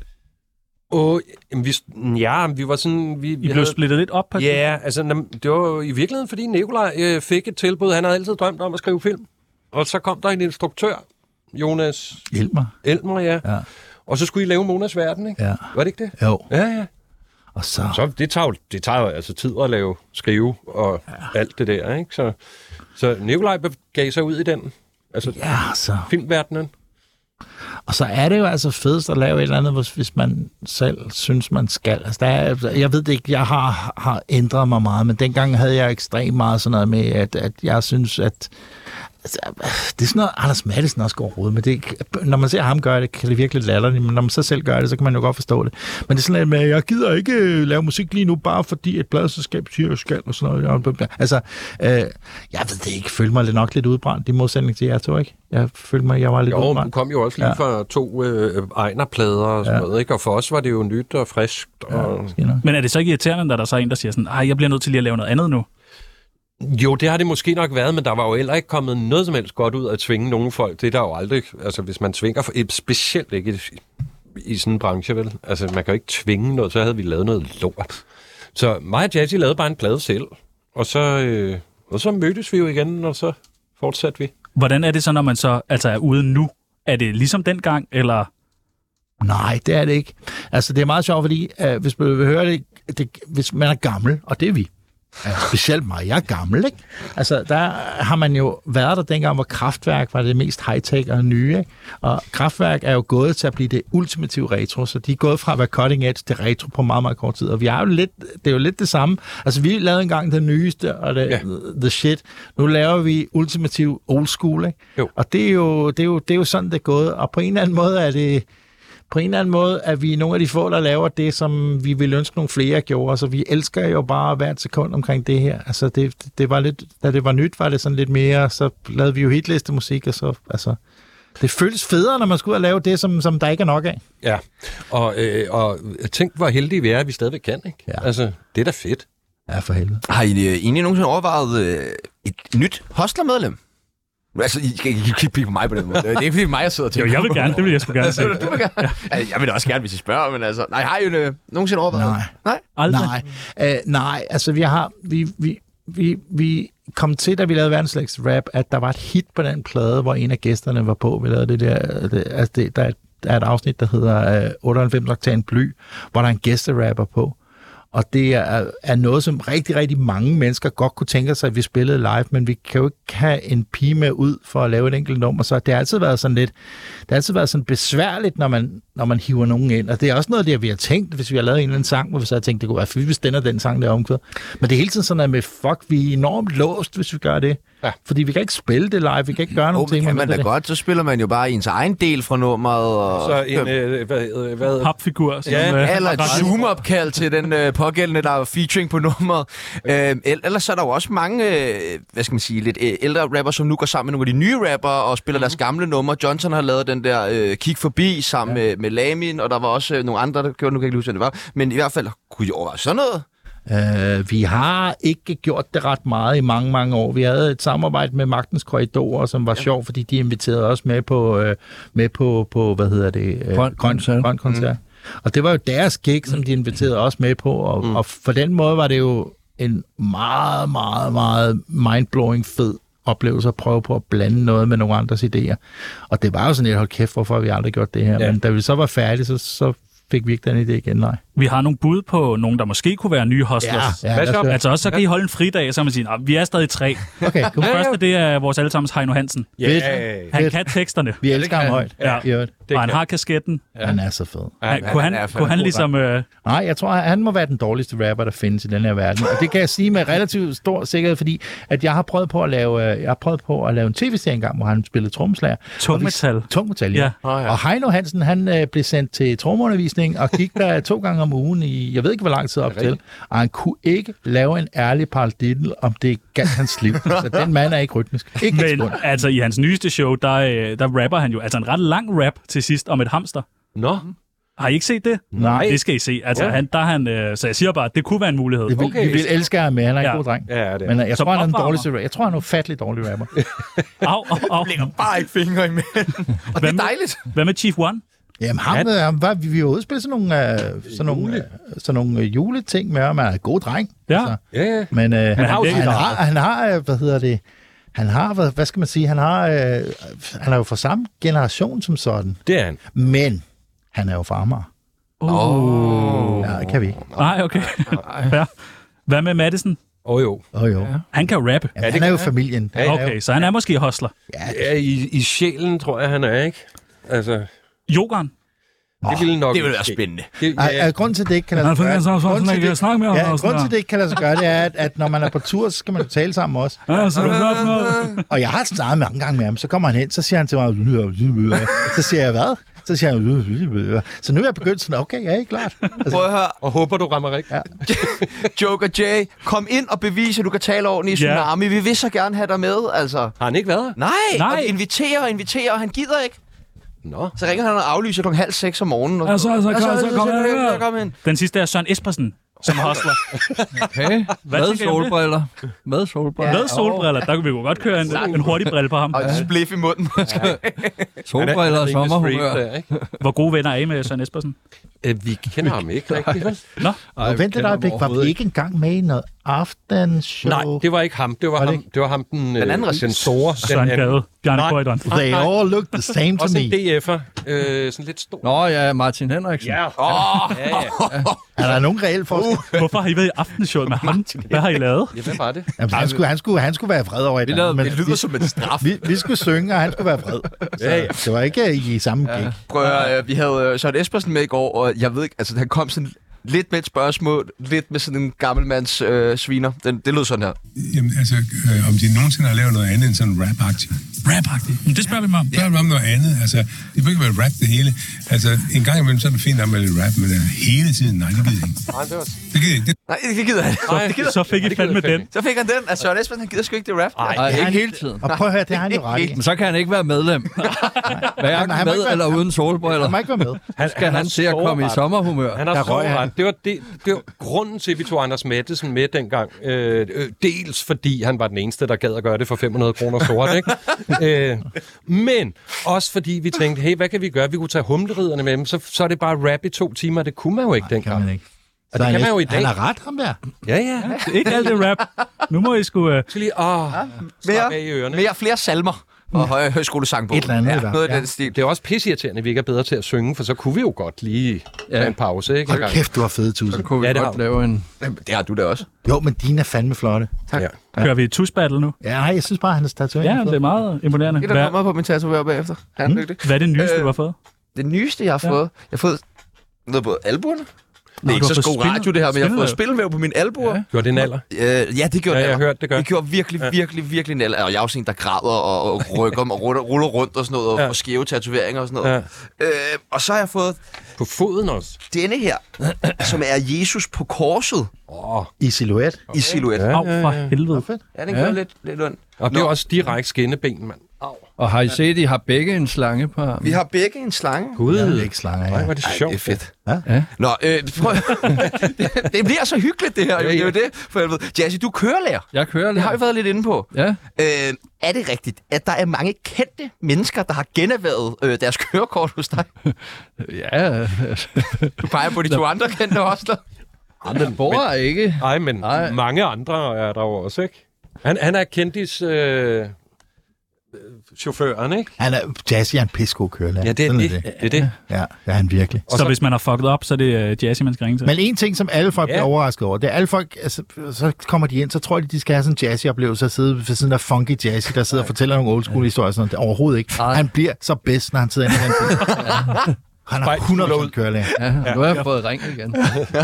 Vi var sådan... I blev splittet lidt op på et tidspunkt? Ja, altså det var i virkeligheden, fordi Nikolaj fik et tilbud. Han havde altid drømt om at skrive film. Og så kom der en instruktør, Jonas Elmer, ja. Og så skulle I lave Monas Verden, ikke? Ja. Var det ikke det? Jo. Ja. Og så... Så det tager jo altså tid at skrive og alt det der, ikke? Så Nikolaj gav sig ud i den, altså så... filmverdenen. Og så er det jo altså fedest at lave et eller andet, hvis man selv synes, man skal. Altså, jeg ved det ikke, jeg har ændret mig meget, men dengang havde jeg ekstremt meget sådan noget med, at jeg synes, at altså, det er sådan noget, Anders Matthesen også går overhovedet, men det, når man ser ham gøre det, kan det virkelig latterligt, men når man så selv gør det, så kan man jo godt forstå det. Men det er sådan noget med, jeg gider ikke lave musik lige nu, bare fordi et pladselskab siger, jeg skal, og sådan noget. Altså, jeg ved det ikke, følte mig nok lidt udbrændt, i modsætning til jer to, ikke? Jeg følte mig, jeg var lidt udbrændt. Du kom jo også lige fra 2 Ejner-plader og sådan noget, ikke? Og for os var det jo nyt og friskt. Og... Men er det så ikke irriterende, når der så er en, der siger sådan, jeg bliver nødt til lige at lave noget andet nu? Jo, det har det måske nok været, men der var jo heller ikke kommet noget som helst godt ud af at tvinge nogle folk. Det er der jo aldrig, altså hvis man tvinger, specielt ikke i sådan en branche, vel? Altså man kan jo ikke tvinge noget, så havde vi lavet noget lort. Så mig og Jazzy lavede bare en plade selv, og så mødtes vi jo igen, og så fortsatte vi. Hvordan er det så, når man så altså er ude nu? Er det ligesom dengang, eller? Nej, det er det ikke. Altså det er meget sjovt, fordi hvis man vil høre det, hvis man er gammel, og det er vi, specielt mig, jeg er gammel, ikke? Altså, der har man jo været der dengang, hvor Kraftwerk var det mest high-tech og nye, ikke? Og Kraftwerk er jo gået til at blive det ultimative retro, så de er gået fra at være cutting edge til retro på meget, meget kort tid. Og vi er jo lidt, det er jo lidt det samme. Altså, vi lavede engang det nyeste, og the shit. Nu laver vi ultimativ old school, ikke? Jo. Og det er jo sådan, det er gået. Og på en eller anden måde er vi nogle af de få, der laver det, som vi ville ønske nogle flere gjorde. Så vi elsker jo bare hvert sekund omkring det her. Altså, det var lidt, da det var nyt, var det sådan lidt mere, så lavede vi jo hitliste musik, og så, altså, det føles federe, når man skal ud og lave det, som der ikke er nok af. Ja, og tænk, hvor heldige vi er, at vi stadigvæk kan, ikke? Ja. Altså, det er da fedt. Ja, for helvede. Har I egentlig nogensinde overvejet et nyt hostlermedlem? Altså, I kan ikke kigge på mig på den måde. Det er ikke fordi mig, jeg sidder og tænker. Jo, jeg vil gerne. Det vil jeg sgu gerne se. Du vil gerne? Ja. Jeg vil da også gerne, hvis I spørger, men altså... Nej, har I jo nogensinde overvejet? Nej. Aldrig. Nej, altså vi kom til, da vi lavede Verdenslægs Rap, at der var et hit på den plade, hvor en af gæsterne var på. Vi lavede det der... Der er et afsnit, der hedder 98 oktan bly, hvor der er en gæsterapper på. Og det er noget, som rigtig, rigtig mange mennesker godt kunne tænke sig, at vi spillede live, men vi kan jo ikke have en pige med ud for at lave et enkelt nummer, så det har altid været sådan besværligt, når man hiver nogen ind. Og det er også noget, det vi har tænkt, hvis vi har lavet en eller anden sang, hvor vi så har tænkt, det kunne være fedt, hvis den sang der omkvædet. Men det er hele tiden sådan noget med, vi er enormt låst, hvis vi gør det. Ja. Fordi vi kan ikke spille det live, vi kan ikke gøre nogen ting. Kan man da godt, så spiller man jo bare ens egen del fra nummeret. Og så en, hvad? Papfigur. Eller et zoom-opkald til den pågældende, der er featuring på nummeret. Ellers så er der jo også mange, hvad skal man sige, lidt ældre rapper, som nu går sammen med nogle af de nye rapper og spiller deres gamle numre. Johnson har lavet den der Kig Forbi sammen med Lamin, og der var også nogle andre, der gjorde, nu kan jeg ikke huske, hvad det var. Men i hvert fald, kunne I overveje sådan noget? Vi har ikke gjort det ret meget i mange, mange år. Vi havde et samarbejde med Magtens Korridorer, som var sjov, fordi de inviterede os med på hvad hedder det? Grøn koncert. Og det var jo deres gig, som de inviterede os med på, og for den måde var det jo en meget, meget, meget mindblowing fed oplevelser, prøve på at blande noget med nogle andres idéer. Og det var jo sådan lidt, hold kæft, hvorfor har vi aldrig gjort det her? Ja. Men da vi så var færdige, så fik vi ikke den idé igen, nej. Vi har nogle bud på nogen, der måske kunne være nye hostlers. Ja, Hvad så? Altså også, så kan I holde en fridag, så kan man sige, vi er stadig 3. Okay, Den første, det er vores allesammens Heino Hansen. Fedt. Han Fedt. kan teksterne, Vi elsker ham højt. Ja. I øvrigt. og han har kasketten. Han er så fed. Kunne han ligesom... Nej, jeg tror, han må være den dårligste rapper, der findes i den her verden. Og det kan jeg sige med relativt stor sikkerhed, fordi at jeg har prøvet på at lave en tv-serie engang, hvor han spillede trommeslager. Tungmetal. Tungmetal, ja. Og Heino Hansen, han blev sendt til trommeundervisning og gik der 2 gange om ugen i, jeg ved ikke, hvor lang tid op til. Og han kunne ikke lave en ærlig paradiddle, om det galt hans liv. Så den mand er ikke rytmisk. Ikke et Men sekund. altså i hans nyeste show, der rapper han jo altså en ret lang rap til sidst om et hamster. Nå, Har I ikke set det? Nej. Det skal I se. Altså, så jeg siger bare, at det kunne være en mulighed. Vi vil elske ham med, han er en Ja. god dreng. ja, det er. Men jeg Som tror, han er den opvarmer. dårligste rapper. Jeg tror, han er en ufattelig dårlig rapper. Au. Bare ikke fingre imellem. Og det er dejligt. Hvad med Chief One? Jamen, vi var ude og spille sådan nogle juleting med ham. Han er en god dreng. Ja. Altså. Ja. Men han han har, hvad hedder det? Han har, hvad skal man sige? Han er jo fra samme generation som sådan. Det er han. Men han er jo fra Amager. Ja, det kan vi ikke. Nej, okay. Ja. Hvad med Madison? Jo. Jo. Han kan jo rappe. Ja, han er jo familien. Han er jo- Okay, så han er måske hostler. Ja, i sjælen tror jeg, han er, ikke? Altså, Jokeren. det ville nok... Det vil være spændende. Grunden til, det ikke kan lade sig gøre, grunden til, det ikke kan lade sig gøre, det er, at når man er på tur, så skal man tale sammen også. Og jeg har snakket mange gange med ham, så kommer han hen, så siger han til mig, så siger jeg, hvad? Så siger han, så nu er jeg begyndt sådan, okay, jeg er ikke klart. Prøv at høre. Og håber, du rammer rigtigt. Ja. Joker Jay, kom ind og bevis, at du kan tale ordentligt i Ja. Tsunami. Vi vil så gerne have dig med, altså. Har han ikke været her? Nej. Og inviterer, og han gider ikke. Nå. Så ringer han og aflyser 5:30 om morgenen. Og kom ind. Den sidste er Søren Espersen, som hostler. Okay. Hvad Med tænker I om det? solbriller. Med solbriller. Med solbriller, der kunne vi jo godt køre en hurtig brille på ham. Og et spliff i munden. Solbriller og sommerhumør. Hvor gode venner er I med Søren Espersen? Vi kender ham ikke rigtigt, vel? Nå, Og vent et øjeblik, var vi ikke engang med i noget aftenshow? Nej, det var ikke ham. Det var ham den anden racist. den store. Søren Gade, Bjarne Nej. Køjderen. They all look the same to Også me. en DF'er. Sådan lidt stor. Nå ja, Martin Henriksen. Ja. Er der nogen reel forskel? Hvorfor har I været i aftenshowet med ham? Hvad har I lavet? Ja, hvad var det? Jamen, han skulle være vred over et eller andet, men Det lyder som en straf. vi skulle synge, og han skulle være vred. Så det var ikke i samme gig. Prøv at høre, vi havde Søren Espersen med i går, og jeg ved ikke, altså han kom sådan lidt med et spørgsmål, lidt med sådan en gammelmands sviner. Det lød sådan her. Jamen, altså, om de nogensinde har lavet noget andet end sådan rap-agtigt. Rap-agtigt? Det spørger vi mig om. Spørg dem om noget andet. Altså, det behøver ikke være rap det hele. Altså, en gang imellem, så er det fint at med lidt rap, men hele tiden, nej, det gider jeg ikke. Nej, det var... Det gider jeg ikke. Nej, det gider han. Så fik I fandme den. Så fik han den. Altså Søren Espersen, han gider sgu ikke det rap. Nej, ikke hele tiden. Og prøv at høre, det har han jo ret i. Men så kan han ikke være medlem. Hverken Han må med ikke være- eller uden solbriller. Han må ikke være med. Skal han til at komme i sommerhumør? Han har Der så røg han. ret. Det var grunden til, at vi tog Anders Mattesen med dengang. Dels fordi han var den eneste, der gad at gøre det for 500 kroner sort, ikke? Men også fordi vi tænkte, hey, hvad kan vi gøre? Vi kunne tage humleridderne med dem, så er det bare rap i 2 timer. Det kunne man jo ikke Kan dengang. man ikke. Og det kan man jo i dag. Han har ret, ham der. Ja. Ikke alt det rap. Nu må I sgu... Så lige, slap af i ørerne. Flere salmer og højskolesangbogen. Et eller andet i hvert fald. Noget af Ja. den stil. Det er også pisseirriterende, at vi ikke er bedre til at synge, for så kunne vi jo godt lige tage en pause, ikke? Hold kæft, du har fede tusind. Så kunne vi Ja, det godt har lave en... Det har du da også. Jo, men dine er fandme flotte. Ja. Kører vi et battle nu? Ja, nej, jeg synes bare, han er tatovering. Ja, det er meget imponerende. Det der kommer på min tatovør bagefter. Han er dygtig. Hvad er det nyeste, du har fået? Det nyeste, jeg har fået. Jeg har fået noget på albuerne. Det er ikke du så har fået god radio, det her, men jeg har fået spilvæv på mine albuer. Gjorde det en alder? Ja, det gjorde Ja, jeg har hørt, det gør. Det gjorde virkelig en alder. Og jeg er også en, der græder og rykker og ruller rundt og sådan noget, og skæve tatoveringer og sådan noget. Og så har jeg fået På foden også. denne her, som er Jesus på korset I silhuet. i silhuet. Au, for helvede. Ja, den gør lidt ondt. Og det er også direkte skinneben, mand. Og har I set, I har begge en slange på armen? Vi har begge en slange. Gud. Jeg er ikke slanger Nej, her. hvor er det Ej, sjovt. det er fedt. Ja. Nå, prøv. det bliver så hyggeligt, det her. Det er jo det, for helvede. Jazzy, du er kørelærer. Jeg kører Det lidt. har vi været lidt inde på. Ja. Er det rigtigt, at der er mange kendte mennesker, der har generhvervet deres kørekort hos dig? Ja. Du peger på de 2 andre kendte hostler. Den bor ikke. Nej, men Nej. mange andre er der jo også, ikke? Han er kendis... chaufføren, ikke? Jazzy er en pissegod kørelærer. Ja, det er det. Ja, det er han virkelig. Så hvis man har fucket op, så er det Jazzy, man skal ringe til. Men en ting, som alle folk bliver overrasket over, det er alle folk, altså, så kommer de ind, så tror de skal have sådan en Jazzy-oplevelse at sidde ved siden af funky Jazzy, der sidder og fortæller nogle old school historier. Sådan noget. Overhovedet ikke. Han bliver så bedst, når han sidder inde i den bil. Han har 100% kørelærer. Ja, nu har jeg fået ring igen.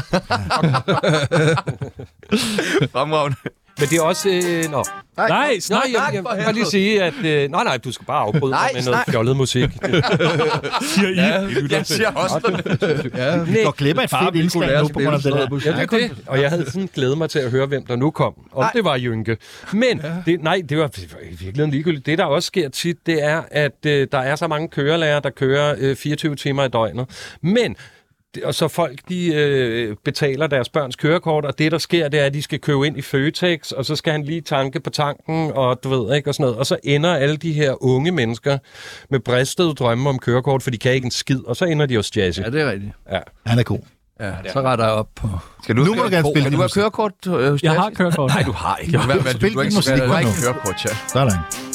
Fremragende. Men det er også... Nej, snak. Jeg kan lige sige, at... nej, du skal bare afbryde mig med noget fjollet musik. Siger I? Jeg siger også. Vi går glip af et fedt indslag nu på grund af det der. Ja, det er det. Og jeg havde sådan glædet mig til at høre, hvem der nu kom. Om det var Jynke. Men det var virkelig ligegyldigt. Det, der også sker tit, det er, at der er så mange kørelærer, der kører 24 timer i døgnet. Men... Og så folk, de betaler deres børns kørekort, og det, der sker, det er, at de skal købe ind i Føtex, og så skal han lige tanke på tanken, og du ved ikke, og sådan noget. Og så ender alle de her unge mennesker med bristede drømme om kørekort, for de kan ikke en skid, og så ender de hos Jazzy. Ja, det er rigtigt. Ja. Han er god. Ja, så retter jeg op på... Nu må du gerne spille. Kan du have kørekort hos Jazzy? Jeg har kørekort. Nej, du har ikke. Du har ikke kørekort, ja. Sådan.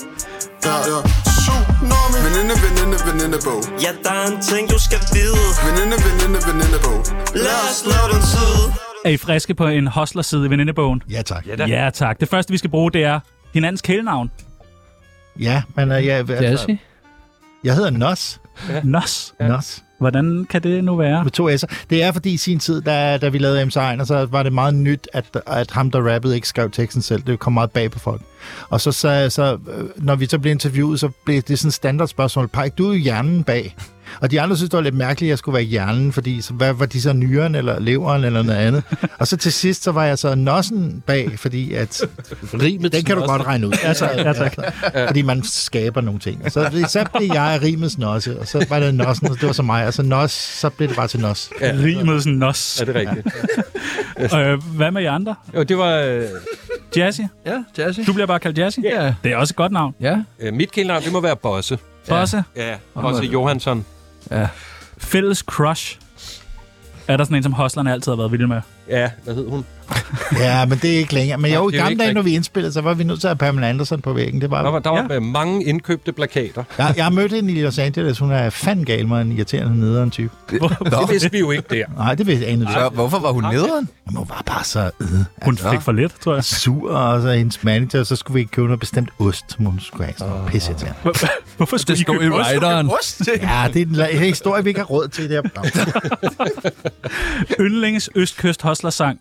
Venindebog. Ja, der er en ting, du skal vide. Venindebog. Lad os lave den side. Er I friske på en hostlerside i venindebogen? Ja, tak. Ja, tak. Det første, vi skal bruge, det er hinandens kælenavn. Ja, men Jazzy? Jeg hedder Nos. Nos. Nos. Hvordan kan det nu være? Med 2 S'er. Det er fordi i sin tid, da vi lavede MC Ejner, så var det meget nyt, at ham, der rappede, ikke skrev teksten selv. Det kom meget bag på folk. Og så når vi så blev interviewet, så blev det sådan et standardspørgsmål. Pike, du er jo hjernen bag. Og de andre synes, det var lidt mærkeligt, at jeg skulle være hjernen, fordi så, hvad var de så nyren eller leveren eller noget andet? Og så til sidst, så var jeg så nossen bag, fordi at rimet, den kan du godt regne ud. Ja, tak. Fordi man skaber nogle ting. Og så blev jeg rimets nosse, og så var det nossen, og det var så mig. Og så nos, så blev det bare til nos. Ja, rimets nos. Er det rigtigt? Hvad med jer andre? Jo, det var... Jazzy? Ja, Jazzy. Du bliver bare kaldt Jazzy? Ja. Det er også et godt navn. Ja. Mit kælenavn, det må være Bosse. Bosse? Ja, Bosse Johansson. Ja. Fælles crush. Er der sådan en, som hostlerne altid har været vilde med? Ja, hvad hed hun? Ja, men det er ikke længere. Men Nå, jo, i det er jo gamle ikke dage, når vi indspillede, så var vi nødt til at have Pamela Anderson på væggen. Det var Der var mange indkøbte plakater. Jeg har mødt hende i Los Angeles. Hun er fandme gal med en irriterende nederen type. Det vidste vi jo ikke der. Nej, det vidste jeg ikke. Så hvorfor var hun nederen? Jamen, hun var bare så Hun fik for lidt, tror jeg. sur, og så hendes manager, så skulle vi ikke købe noget bestemt ost, som hun skulle have. Sådan noget pisse til. Hvorfor skulle I købe ost? Ja, det er en historie, vi ikke har råd til det her. Yndlings Østkyst hostlersang.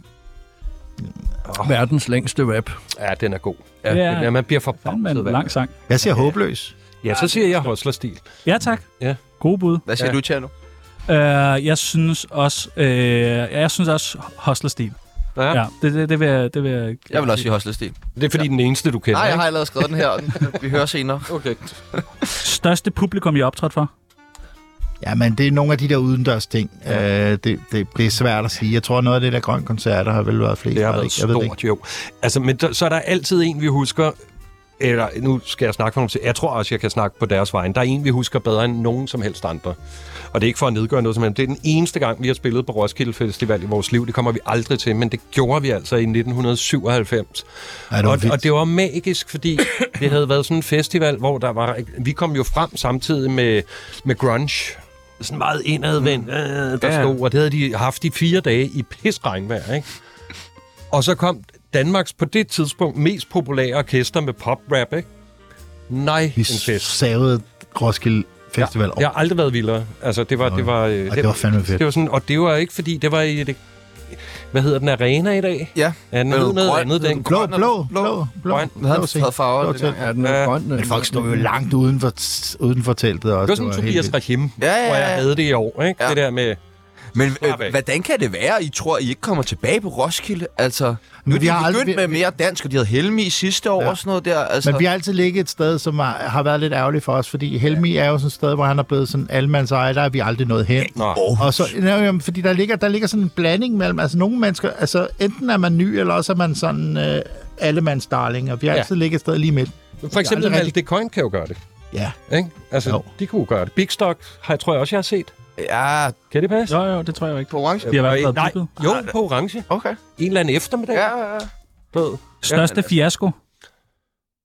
Verdens længste rap. Ja, den er god. Ja. Man bliver Fandme en forbavset. lang sang. Jeg siger håbløs. Ja, så siger jeg hostlerstil. Ja, tak. Ja. Gode bud. Hvad siger du, Tjerno? Jeg synes også hostlerstil. Ja. Det vil jeg... Jeg vil også sige hostlerstil. Det er fordi den eneste, du kender, Nej, jeg har ikke? allerede skrevet den her, og vi hører senere. Okay. Største publikum, I har optrådt for? Ja, men det er nogle af de der udendørs ting. Det er svært at sige. Jeg tror, noget af det der grøn koncerter har vel været flest. Det har været stort, jo. Altså, men så er der altid en, vi husker, eller nu skal jeg snakke for nogle. Jeg tror også, jeg kan snakke på deres vegne. Der er en, vi husker bedre end nogen som helst andre. Og det er ikke for at nedgøre noget som helst. Det er den eneste gang, vi har spillet på Roskilde Festival i vores liv. Det kommer vi aldrig til, men det gjorde vi altså i 1997. Ja, og det var magisk, fordi det havde været sådan en festival, hvor der var... Vi kom jo frem samtidig med grunge. Sådan meget indadvendt, der stod, og det havde de haft i 4 dage i pisregnvejr, ikke? Og så kom Danmarks på det tidspunkt mest populære orkester med pop-rap, ikke? Nej, Vi en fest. savede Roskilde Festival. Jeg har aldrig været vildere. Altså, det var det var fandme fedt. Det var sådan, og det var ikke fordi, det var i det... Hvad hedder den, arena i dag? Ja. Ja, den hed noget andet, den. Blå. Den havde farver. Ja, den er grøn. Men folk stod jo langt uden for teltet også. Det var sådan Tobias Rahim, hvor jeg havde det i år, ikke? Ja. Det der med... Men hvordan kan det være, I tror, I ikke kommer tilbage på Roskilde? Altså, nu er vi de har begyndt med mere dansk, og de havde Helmi sidste år og sådan noget der. Altså. Men vi har altid ligget et sted, som har været lidt ærgerligt for os, fordi Helmi er jo sådan et sted, hvor han er blevet sådan almands eje, der er vi aldrig nået hen. Og så, fordi der ligger sådan en blanding mellem, altså nogle mennesker, altså enten er man ny, eller også er man sådan allemands darling, og vi har altid ligget et sted lige midt. For eksempel Malte Coin kan jo gøre det. Ja. Ikke? Altså, de kunne gøre det. Big Stock tror jeg også, jeg har set. Ja. Kan det passe? Jo, det tror jeg ikke. På orange? De har været Nej, booket. jo, på orange. Okay. En eller anden eftermiddag. Ja. Død. Største fiasko?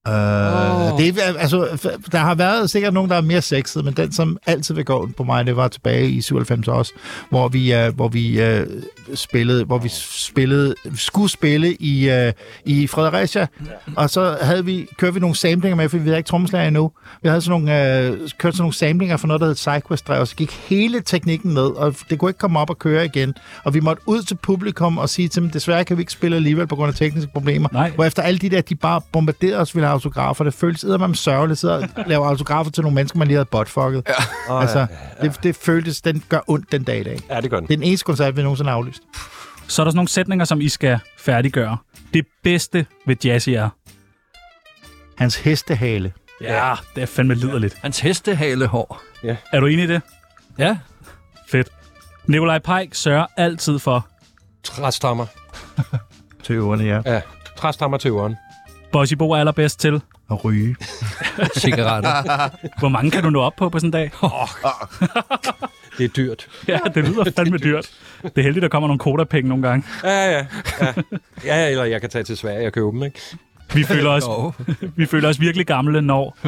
Det er, altså, der har været sikkert nogen, der er mere sexet, men den, som altid vil gå på mig, det var tilbage i 97 også, hvor vi skulle spille i Fredericia, og så kørte vi nogle samlinger med, for vi havde ikke trommeslager endnu. Vi havde kørt sådan nogle samlinger for noget, der hed Psyquest-drev, og så gik hele teknikken ned, og det kunne ikke komme op og køre igen. Og vi måtte ud til publikum og sige til dem, desværre kan vi ikke spille alligevel på grund af tekniske problemer. Hvor efter alle de der, de bare bombarderede os, ville have autografer. Det føltes eddermame sørgeligt at lave autografer til nogle mennesker, man lige havde buttfucket. Ja. Altså, det føltes, den gør ondt den dag i dag. Ja, det gør den. Det er den eneste koncert, vi nogensinde har aflyst. Så er der sådan nogle sætninger, som I skal færdiggøre. Det bedste ved Jazzy er? Hans hestehale. Ja, det er fandme liderligt. Hans hestehalehår. Ja. Er du enig i det? Ja. Fedt. Nikolaj Pajk sørger altid for? Træstammer. Tøverne, ja. Ja, træstammer tøveren. Bossy Bo er allerbedst til? At ryge. Cigaretter. Hvor mange kan du nå op på sådan en dag? Det er dyrt. Ja, det lyder fandme dyrt. Det er heldigt, der kommer nogle kodapenge nogle gange. Ja, eller jeg kan tage til Sverige og købe dem, ikke? Vi føler os virkelig gamle, når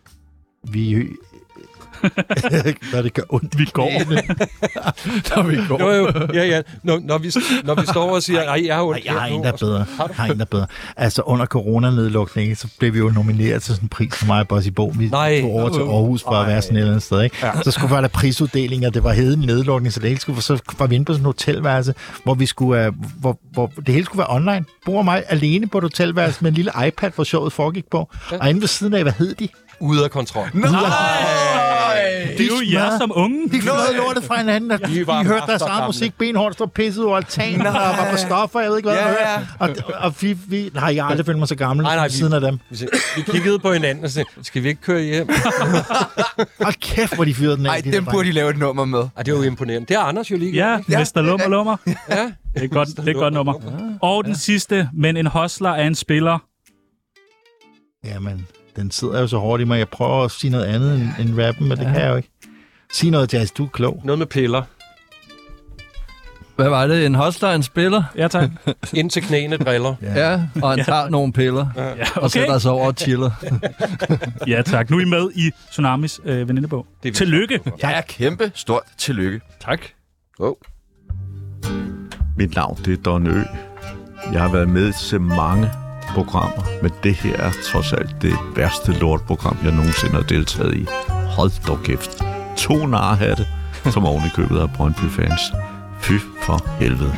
når det gør ondt. Vi går. Når vi går. Jo. Ja. Når vi står og siger, ej, jeg har ondt. Jeg har en, der er bedre. Altså, under coronanedlukningen, så blev vi jo nomineret til sådan en pris for mig og Bossy Bo. Vi tog over til Aarhus for at være sådan et eller andet sted, ikke? Ja. Så skulle der prisuddeling, og det var heden i nedlukning, så det hele skulle, så var vi inde på sådan en hotelværelse, hvor vi skulle, hvor det hele skulle være online. Bor mig alene på et hotelværelse med en lille iPad, hvor showet foregik på. Ja. Og inde ved siden af, hvad hed de? Ude af kontrol. Nej! Det er jo jer som unge. De fløjede lortet fra hinanden, og de hørte deres egen musik benhårdt, stod pisset over altanen, og var på stoffer, jeg ved ikke, hvad jeg hørte. Og vi har jeg aldrig følt mig så gammel siden af dem. Vi kiggede på hinanden og sagde, skal vi ikke køre hjem? Hold kæft, hvor de fyrede den af. Ej, dem burde de lave et nummer med. Det er jo imponerende. Det er Anders jo lige. Ja, Mester Lummer. Ja. Det er et godt nummer. Og den sidste, men en hustler er en spiller. Jamen, den sidder jo så hårdt i mig. Jeg prøver at sige noget andet end rappen, men det kan jeg jo ikke. Sig noget, Jazz. Du er klog. Noget med piller. Hvad var det? En hustler, en spiller? Ja, tak. Indtil knæene driller. Ja, og han tager nogle piller. Ja, okay. Og sætter sig over og chiller. Ja, tak. Nu er I med i Tsunamis venindebog. Tillykke. Ja, kæmpe stort tillykke. Tak. Oh. Mit navn, det er Don Ø. Jeg har været med til mange programmer, men det her er trods alt det værste lortprogram, jeg nogensinde har deltaget i. Hold dog kæft. 2 narhatte, som oven i købet af Brøndby-fans. Fy for helvede.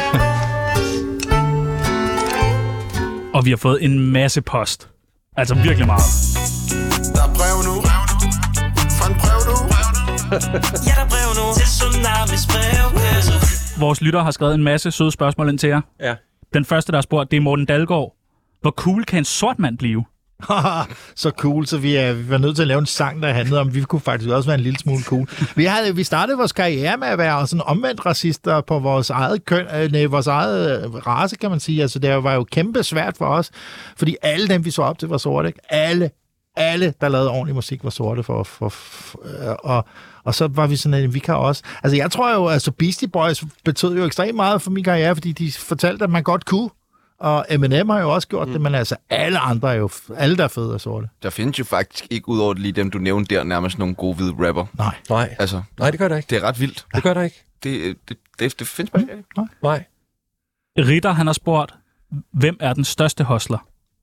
Og vi har fået en masse post. Altså virkelig meget. Der er brev nu. Fra en brev nu. Ja, der er brev nu. Til Tsunamis brevkasse. Vores lytter har skrevet en masse søde spørgsmål ind til jer. Ja. Den første, der har spurgt, det er Morten Dalgaard. Hvor cool kan en sort mand blive? Så cool, så vi var nødt til at lave en sang, der handlede om, vi kunne faktisk også være en lille smule cool. Vi startede vores karriere med at være sådan omvendt racister på vores eget køn, vores eget race, kan man sige. Altså, det var jo kæmpe svært for os, fordi alle dem, vi så op til, var sorte, ikke? Alle, der lavede ordentlig musik, var sorte og så var vi sådan, at vi kan også. Altså, jeg tror jo, altså Beastie Boys betød jo ekstremt meget for min karriere, fordi de fortalte, at man godt kunne. Og Eminem har jo også gjort det, men altså alle andre er jo, alle der er fede og sorte. Der findes jo faktisk ikke, udover lige dem, du nævnte der, nærmest nogle gode hvide rapper. Nej. Altså, Nej, det gør der ikke. det er ret vildt. Det gør der ikke. Det findes bare ikke. Nej. Ritter, han har spurgt, hvem er den største hustler?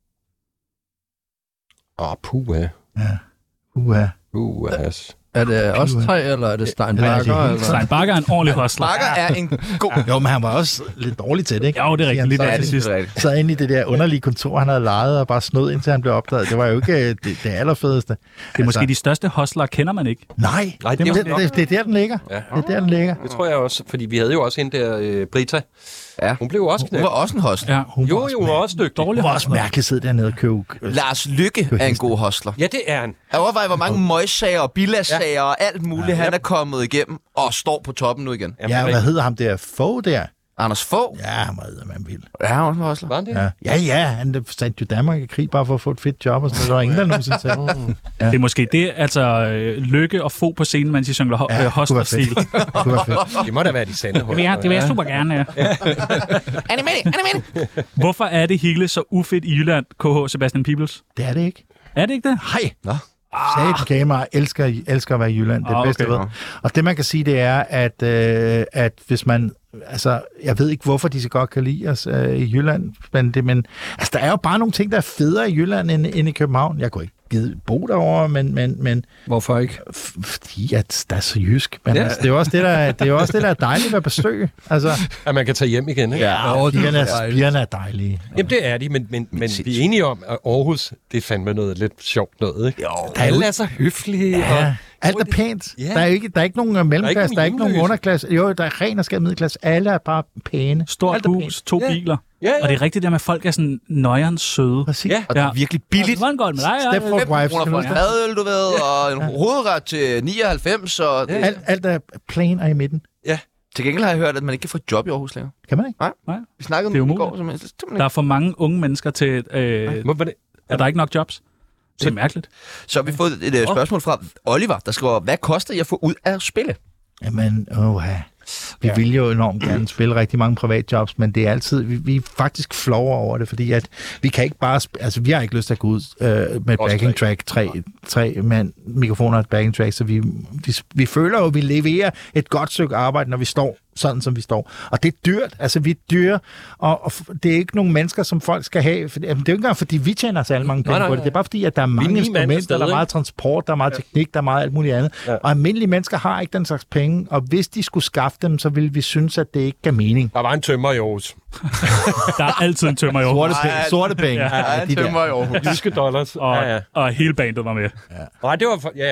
Puha. Ja. Er det os tre, eller er det Stein Bakker? Ja, Stein Bakker er en ordentlig hustler. Bakker er en god... Jo, men han var også lidt dårlig til det, ikke? Jo, det er rigtigt. Lige der til sidst. Så inde i det der underlige kontor, han havde lejet og bare snød, indtil han blev opdaget. Det var jo ikke det allerfedeste. Det er måske de største hustlere, kender man ikke. Nej, det er der, den ligger. Ja. Det er der, den ligger. Det tror jeg også, fordi vi havde jo også hende der, Brita. Ja. Hun blev jo også knægt. Hun var også en hustler. Ja. Hun var også dygtig. Hun var også mærkeligt sidde dernede og købe... Lars Lykke er en god hustler. Ja, det er han. Jeg overvejer, hvor mange møgssager og bilagssager og alt muligt, han er kommet igennem og står på toppen nu igen. Ja, hvad hedder ham der? Fogh der? Anders Fogh? Ja, han var eddermame vild. Ja, han var også en hustler. Var det? Ja, han sendte jo Danmark i krig bare for at få et fedt job, og sådan noget. Der var ingen, der nogensinde sagde. Ja. Det er måske det, altså Lykke og Fogh på scenen, mens de synger hostler-stil. Det må da være de sande hold. Det vil jeg super gerne, ja. Animate! Hvorfor er det hele så ufedt i Jylland, KH Sebastian Peebles? Det er det ikke. Er det ikke det? Nej. Nå. Gamer elsker at være i Jylland. Det er det bedste, jeg ved. Og det, man kan sige, det er, at hvis man... Altså, jeg ved ikke, hvorfor de så godt kan lide os i Jylland, men altså, der er jo bare nogle ting, der er federe i Jylland end i København. Jeg kunne ikke gide bo derovre, men hvorfor ikke? Fordi at der er så jysk. Men altså, det er jo også det, der er dejligt at besøge. Altså, at man kan tage hjem igen, ikke? Ja, spirene er dejlige. Jamen, det er de, men vi er enige om, at Aarhus, det er fandme noget lidt sjovt noget, ikke? Jo, alle er så høflige. Ja. Og alt er pænt. Ja. Der er ikke nogen mellemklasse, der er ikke nogen underklasse. Jo, der er ren og skær middelklasse. Alle er bare pæne. Stort hus, 2 biler. Ja. Og det er rigtigt der med, at folk er sådan nøjerens søde. Præcis. Ja, og det er virkelig billigt. Det var en godt med dig, ja. Stepford Wives. 5 kroner for en fadøl, du ved, og en hovedret til 99. Og alt er plain og i midten. Ja. Til gengæld har jeg hørt, at man ikke kan få et job i Aarhus længere. Kan man ikke? Nej. Vi snakkede om det i går. Der er for mange unge mennesker til... Er der ikke nok jobs? Det er mærkeligt. Så har vi fået et spørgsmål fra Oliver, der skriver, hvad koster I at få ud af at spille? Jamen, vi vil jo enormt gerne spille rigtig mange privatjobs, men det er altid, vi er faktisk flove over det, fordi at vi kan ikke bare, altså vi har ikke lyst til at gå ud med et backing track, tre mand, mikrofoner og et backing track, så vi føler jo, at vi leverer et godt stykke arbejde, når vi står sådan, som vi står. Og det er dyrt, altså vi er dyre, og det er ikke nogen mennesker, som folk skal have. Det er jo ikke engang, fordi vi tjener så alle mange penge på det. Det er bare fordi, at der er mange instrumenter, der er meget transport, der er meget teknik, der er meget alt muligt andet. Ja. Og almindelige mennesker har ikke den slags penge, og hvis de skulle skaffe dem, så ville vi synes, at det ikke gav mening. Der var en tømmer i Aarhus. Der er altid en tømmer i Aarhus. Sorte penge. Ja, der er en tømmer i Aarhus. Jyske dollars. Og hele bandet var med. Ja. Nej, det var... Ja.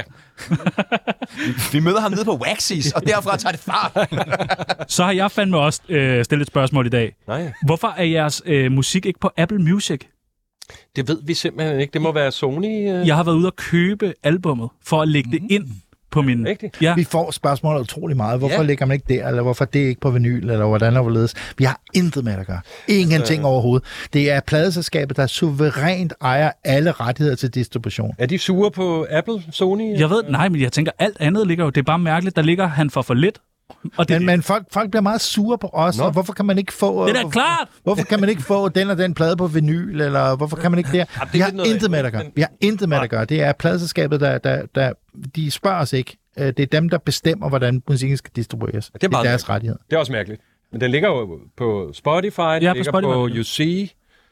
Vi møder ham nede på Waxis, og derfra tager det fart. Så har jeg fandme også stillet et spørgsmål i dag. Nej. Hvorfor er jeres musik ikke på Apple Music? Det ved vi simpelthen ikke. Det må være Sony. Jeg har været ude og købe albummet for at lægge det ind på min... Ja. Vi får spørgsmålet utrolig meget. Hvorfor ligger man ikke der? Eller hvorfor det ikke på vinyl? Eller hvordan og hvorledes? Vi har intet med at gøre. Ingenting overhovedet. Det er pladeselskabet, der suverænt ejer alle rettigheder til distribution. Er de sure på Apple, Sony? Jeg ved, nej, men jeg tænker, alt andet ligger jo... Det er bare mærkeligt. Der ligger han for lidt. Og det, men folk bliver meget sure på os, og hvorfor kan man ikke få... Det er da klart! Hvorfor kan man ikke få den og den plade på vinyl, eller hvorfor kan man ikke det? Vi har intet med at gøre. Vi har intet med at gøre. Det er pladeselskabet, der de spørger os ikke. Det er dem, der bestemmer, hvordan musikken skal distribueres. Det er deres rettighed. Det er også mærkeligt. Men den ligger jo på Spotify, den ligger på UC. Det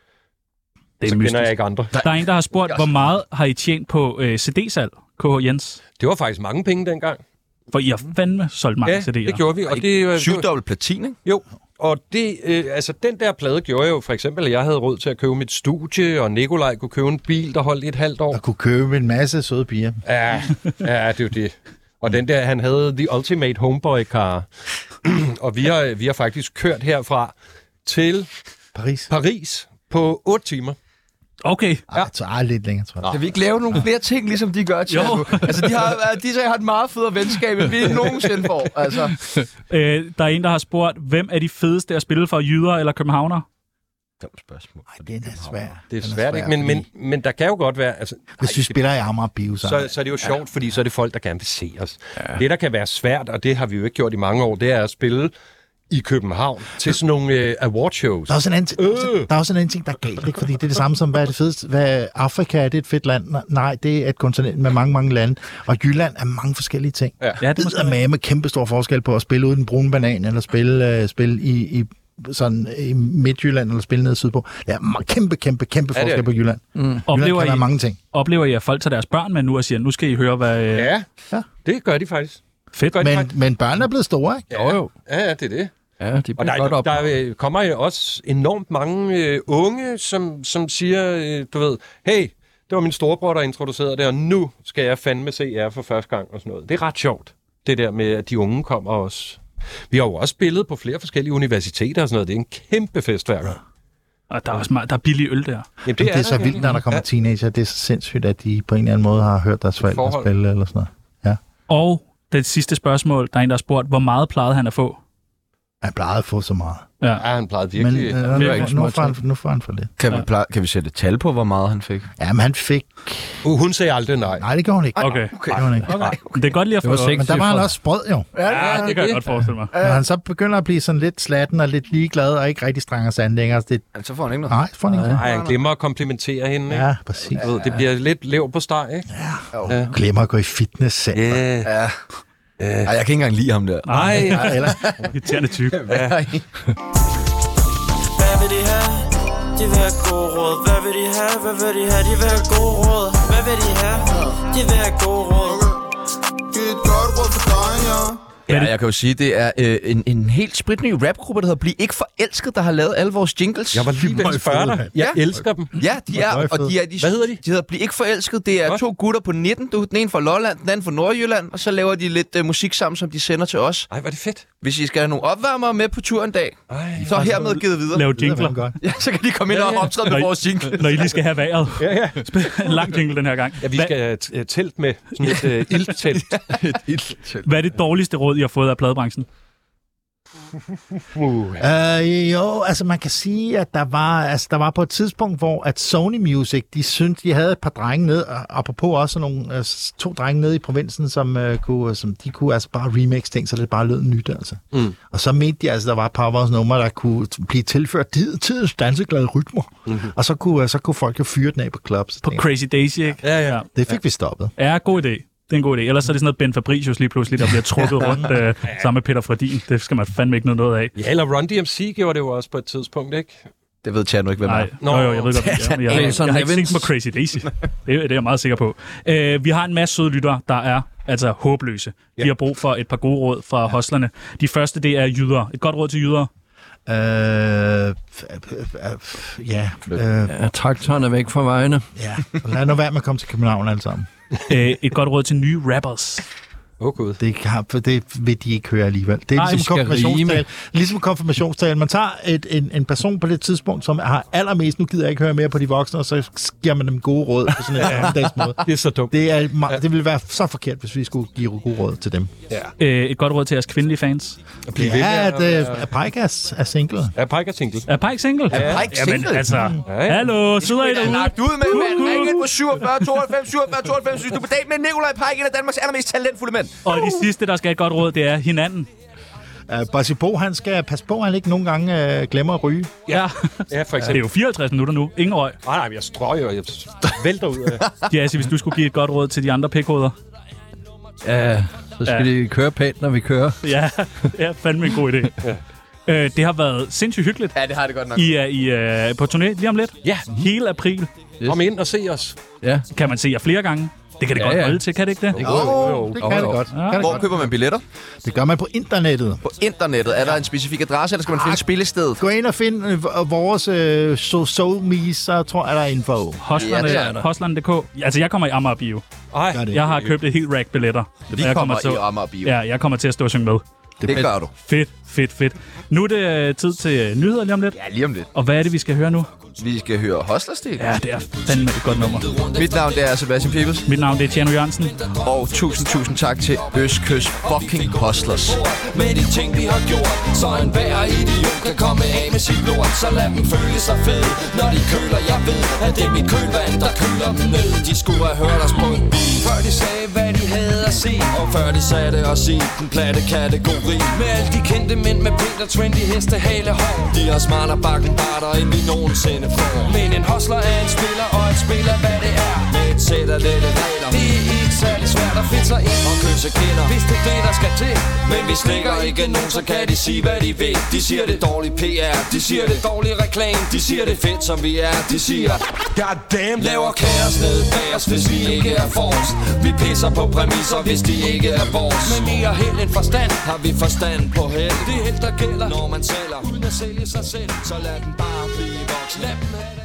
er så kender jeg ikke andre. Der er en, der har spurgt, hvor meget har I tjent på CD-salg, KH Jens? Det var faktisk mange penge dengang. For I har fandme solgt mange CD'er. Det gjorde vi. Og det 7-dobbelt platin, ikke? Jo, og det, altså den der plade gjorde jo for eksempel, at jeg havde råd til at købe mit studie, og Nikolaj kunne købe en bil, der holdt i et halvt år. Og kunne købe en masse søde piger. Ja, det er jo det. Og den der, han havde The Ultimate Homeboy Car. Og vi har faktisk kørt herfra til Paris på 8 timer. Okay. Ja. Det tager lidt længere, tror jeg. Kan vi ikke lave nogle flere ting, ligesom de gør til altså, de har et meget federe venskab, end vi nogensinde får. Altså. Der er en, der har spurgt, hvem er de fedeste at spille for, jyder eller københavner? Spørgsmål. Ej, det er svært. Det er svært, ikke? Men der kan jo godt være... Altså, hvis vi spiller i Amager Bio, så er det jo sjovt, fordi så er det folk, der gerne vil se os. Ja. Det, der kan være svært, og det har vi jo ikke gjort i mange år, det er at spille i København til sådan nogle awardshows. Der er også en anden ting, der er galt, ikke? Fordi det er det samme som, hvad er det fedeste? Hvad Afrika er det et fedt land? Nej, det er et kontinent med mange, mange lande. Og Jylland er mange forskellige ting. Ja, det er med kæmpe stor forskel på at spille uden brune banan, eller spille i sådan i Midtjylland, eller spille nede sydpå. Det er kæmpe forskel på Jylland. Jylland kan være mange ting. Oplever I, at folk tager deres børn med nu og siger, nu skal I høre, hvad... Ja, det gør de faktisk. Fedt. Men børn er blevet store, ikke? Jo. Ja, det er det. Ja, de bliver godt op. Der kommer jo også enormt mange unge, som siger, du ved, hey, det var min storebror, der introducerede det, og nu skal jeg fandme se jer for første gang og sådan noget. Det er ret sjovt, det der med, at de unge kommer også. Vi har jo også spillet på flere forskellige universiteter og sådan noget. Det er en kæmpe fest hver gang. Og der er også der er billig øl der. Jamen, det er så vildt, når der kommer teenager. Det er så sindssygt, at de på en eller anden måde har hørt deres forældre spille eller sådan noget. Ja. Og det sidste spørgsmål, der er en, der har spurgt, hvor meget plejede han at få? Han plejede at få så meget. Ja, han plejede virkelig. Men nu får han for lidt. Kan vi sætte et tal på, hvor meget han fik? Jamen, han fik... Hun sagde aldrig nej. Nej, det gjorde hun ikke. Okay. Det gjorde hun ikke. Det er godt lige at få... Men der var han også sprød, jo. Ja, det kan jeg godt forestille mig. Når han så begynder at blive sådan lidt slatten og lidt ligeglad og ikke rigtig stranger sig an længere. Så får han ikke noget. Nej, får han ikke noget. Nej, han glemmer at komplimentere hende, ikke? Ja, præcis. Det bliver lidt lev på steg, ikke? Ja. Glemmer at gå i fitnesscenter. Ja. Ej, jeg kan ikke engang lide ham der. Nej. Eller... Irriterende type. Hvad vil de have? De vil have gode råd. Hvad vil de have? Hvad vil de have? De vil have gode råd. Hvad vil de have? De vil have gode råd. Giv et godt råd for dig, ja. Ja, jeg kan jo sige, det er en helt spritny rapgruppe, der hedder Bliv ikke forelsket, der har lavet alle vores jingles. Jeg var lige ved at spørge dig. Jeg elsker dem. Ja, de er. Og Hvad hedder de? De hedder Bliv ikke forelsket. Det er 2 gutter på 19. Den ene fra Lolland, den anden fra Nordjylland. Og så laver de lidt musik sammen, som de sender til os. Ej, hvor er det fedt. Hvis I skal have nogle opvarmere med på tur en dag, så hermed givet videre. Lav jingler. Ja, så kan de komme ind og optræde med vores jingle. Når I lige skal have vejret. Ja. En lang jingle den her gang. Ja, vi skal have telt med. Sådan et ildtelt. Et ildtelt. Hvad er det dårligste råd, I har fået af pladebranchen? Jo, altså man kan sige, at der var på et tidspunkt, hvor at Sony Music, de syntes, de havde et par drenge ned, apropos også nogle 2 drenge nede i provinsen, som de kunne altså bare remix ting, så det bare lød nyt, altså. Og så mente de altså, der var et par af vores numre, der kunne blive tilført tidens danseglade rytmer. Og så kunne folk jo fyre den af på clubs. På Crazy Daisy, ikke? Ja. Det fik vi stoppet. Ja, god idé. Det er en god idé. Ellers så er det sådan noget Ben Fabricius lige pludselig, der bliver trukket rundt sammen med Peter Fredin. Det skal man fandme ikke noget af. Ja, eller Run DMC gjorde det jo også på et tidspunkt, ikke? Det ved Tjerno ikke, hvem er. Nej, jeg ved godt, jeg har ikke set på Crazy Daisy. Det er jeg meget sikker på. Vi har en masse søde lyttere, der er altså håbløse. De har brug for et par gode råd fra hostlerne. De første, det er jyder. Et godt råd til jyder. Traktoren er væk fra vejene. Ja, lad nu være med at komme til København alle sammen. Et godt råd til nye rappers. Gud. Det vil de ikke høre alligevel. Det er ligesom konfirmationstale. Man tager en person på det tidspunkt, som har allermest, nu gider jeg ikke høre mere på de voksne, og så giver man dem gode råd på sådan en gammeldags måde. Det er så dumt. Det ville være så forkert, hvis vi skulle give gode råd til dem. Ja. Et godt råd til jeres kvindelige fans. At Pike er single. Er Pike single? Er Pike single? Er Pike single? Jamen, altså, hallo, sidder I derude? Lagt ud med mand. Ring ind på 47 92 47 92. Hvis du er på date med Nikolaj Pike, en af Danmarks allermest talentfulde mænd. Og de sidste, der skal have et godt råd, det er hinanden. Bassibo, han skal passe på, at han ikke nogle gange glemmer at ryge. Ja, for eksempel. Det er jo 54 minutter nu. Ingen røg. Nej, jeg strøger, jeg vælter ud af. Jazzy, hvis du skulle give et godt råd til de andre pikhoveder. Ja, så skal de køre pænt, når vi kører. Ja, fandme en god idé. Det har været sindssygt hyggeligt. Ja, det har det godt nok. I er på turné lige om lidt. Ja. Hele april. Kom ind og se os. Ja. Kan man se jer flere gange? Det kan det godt holde til, kan det ikke det? Jo, det kan det godt. Hvor køber man billetter? Det gør man på internettet. På internettet? Er der en specifik adresse, eller skal man finde et spillested? Gå ind og find vores SoulMe, så tror jeg, der er info. Hostlerne.dk. Altså, jeg kommer i Amager Bio. Jeg har købt et helt rack billetter. Vi kommer i Amager Bio. Ja, jeg kommer til at stå og synge med. Det gør du. Fedt. Nu er det tid til nyheder lige om lidt. Ja, lige om lidt. Og hvad er det, vi skal høre nu? Vi skal høre Hostlerstil. Ja, det er fandme et godt nummer. Mit navn det er Sebastian Peebles. Mit navn det er Tjerno Jørgensen. Og tusind tak til Østkyst fucking Hustlers. Med de ting, vi har gjort, så en hver idiot kan komme af med sit lort. Så lad dem føle sig fed, når de køler. Jeg ved, at det er mit kølvand, der køler dem ned. De skulle have hørt os på en bil, før de sagde, hvad de havde at se. Og før de satte os i den platte kategori. Med alle de kendte mænd med Peter Trendy heste hale hår. De har smartere bakken barter, end vi nogensinde. Men en hustler er en spiller, og en spiller hvad det er. Med et sæt af lette regler. Det er ikke særlig svært at finde sig ind og kysse kender, hvis det er det, der skal til. Men vi slækker ikke nogen, så kan de sige hvad de vil. De siger det dårlig PR, de siger det dårlig reklame. De siger det fedt som vi er, de siger goddamn. Laver kaos ned bag os, hvis vi ikke er forrest. Vi pisser på præmisser, hvis de ikke er vores. Med mere held end forstand, har vi forstand på held. Det er held der gælder, når man sælger uden at sælge sig selv. Så lad den bare blive voksen. Lad dem have det.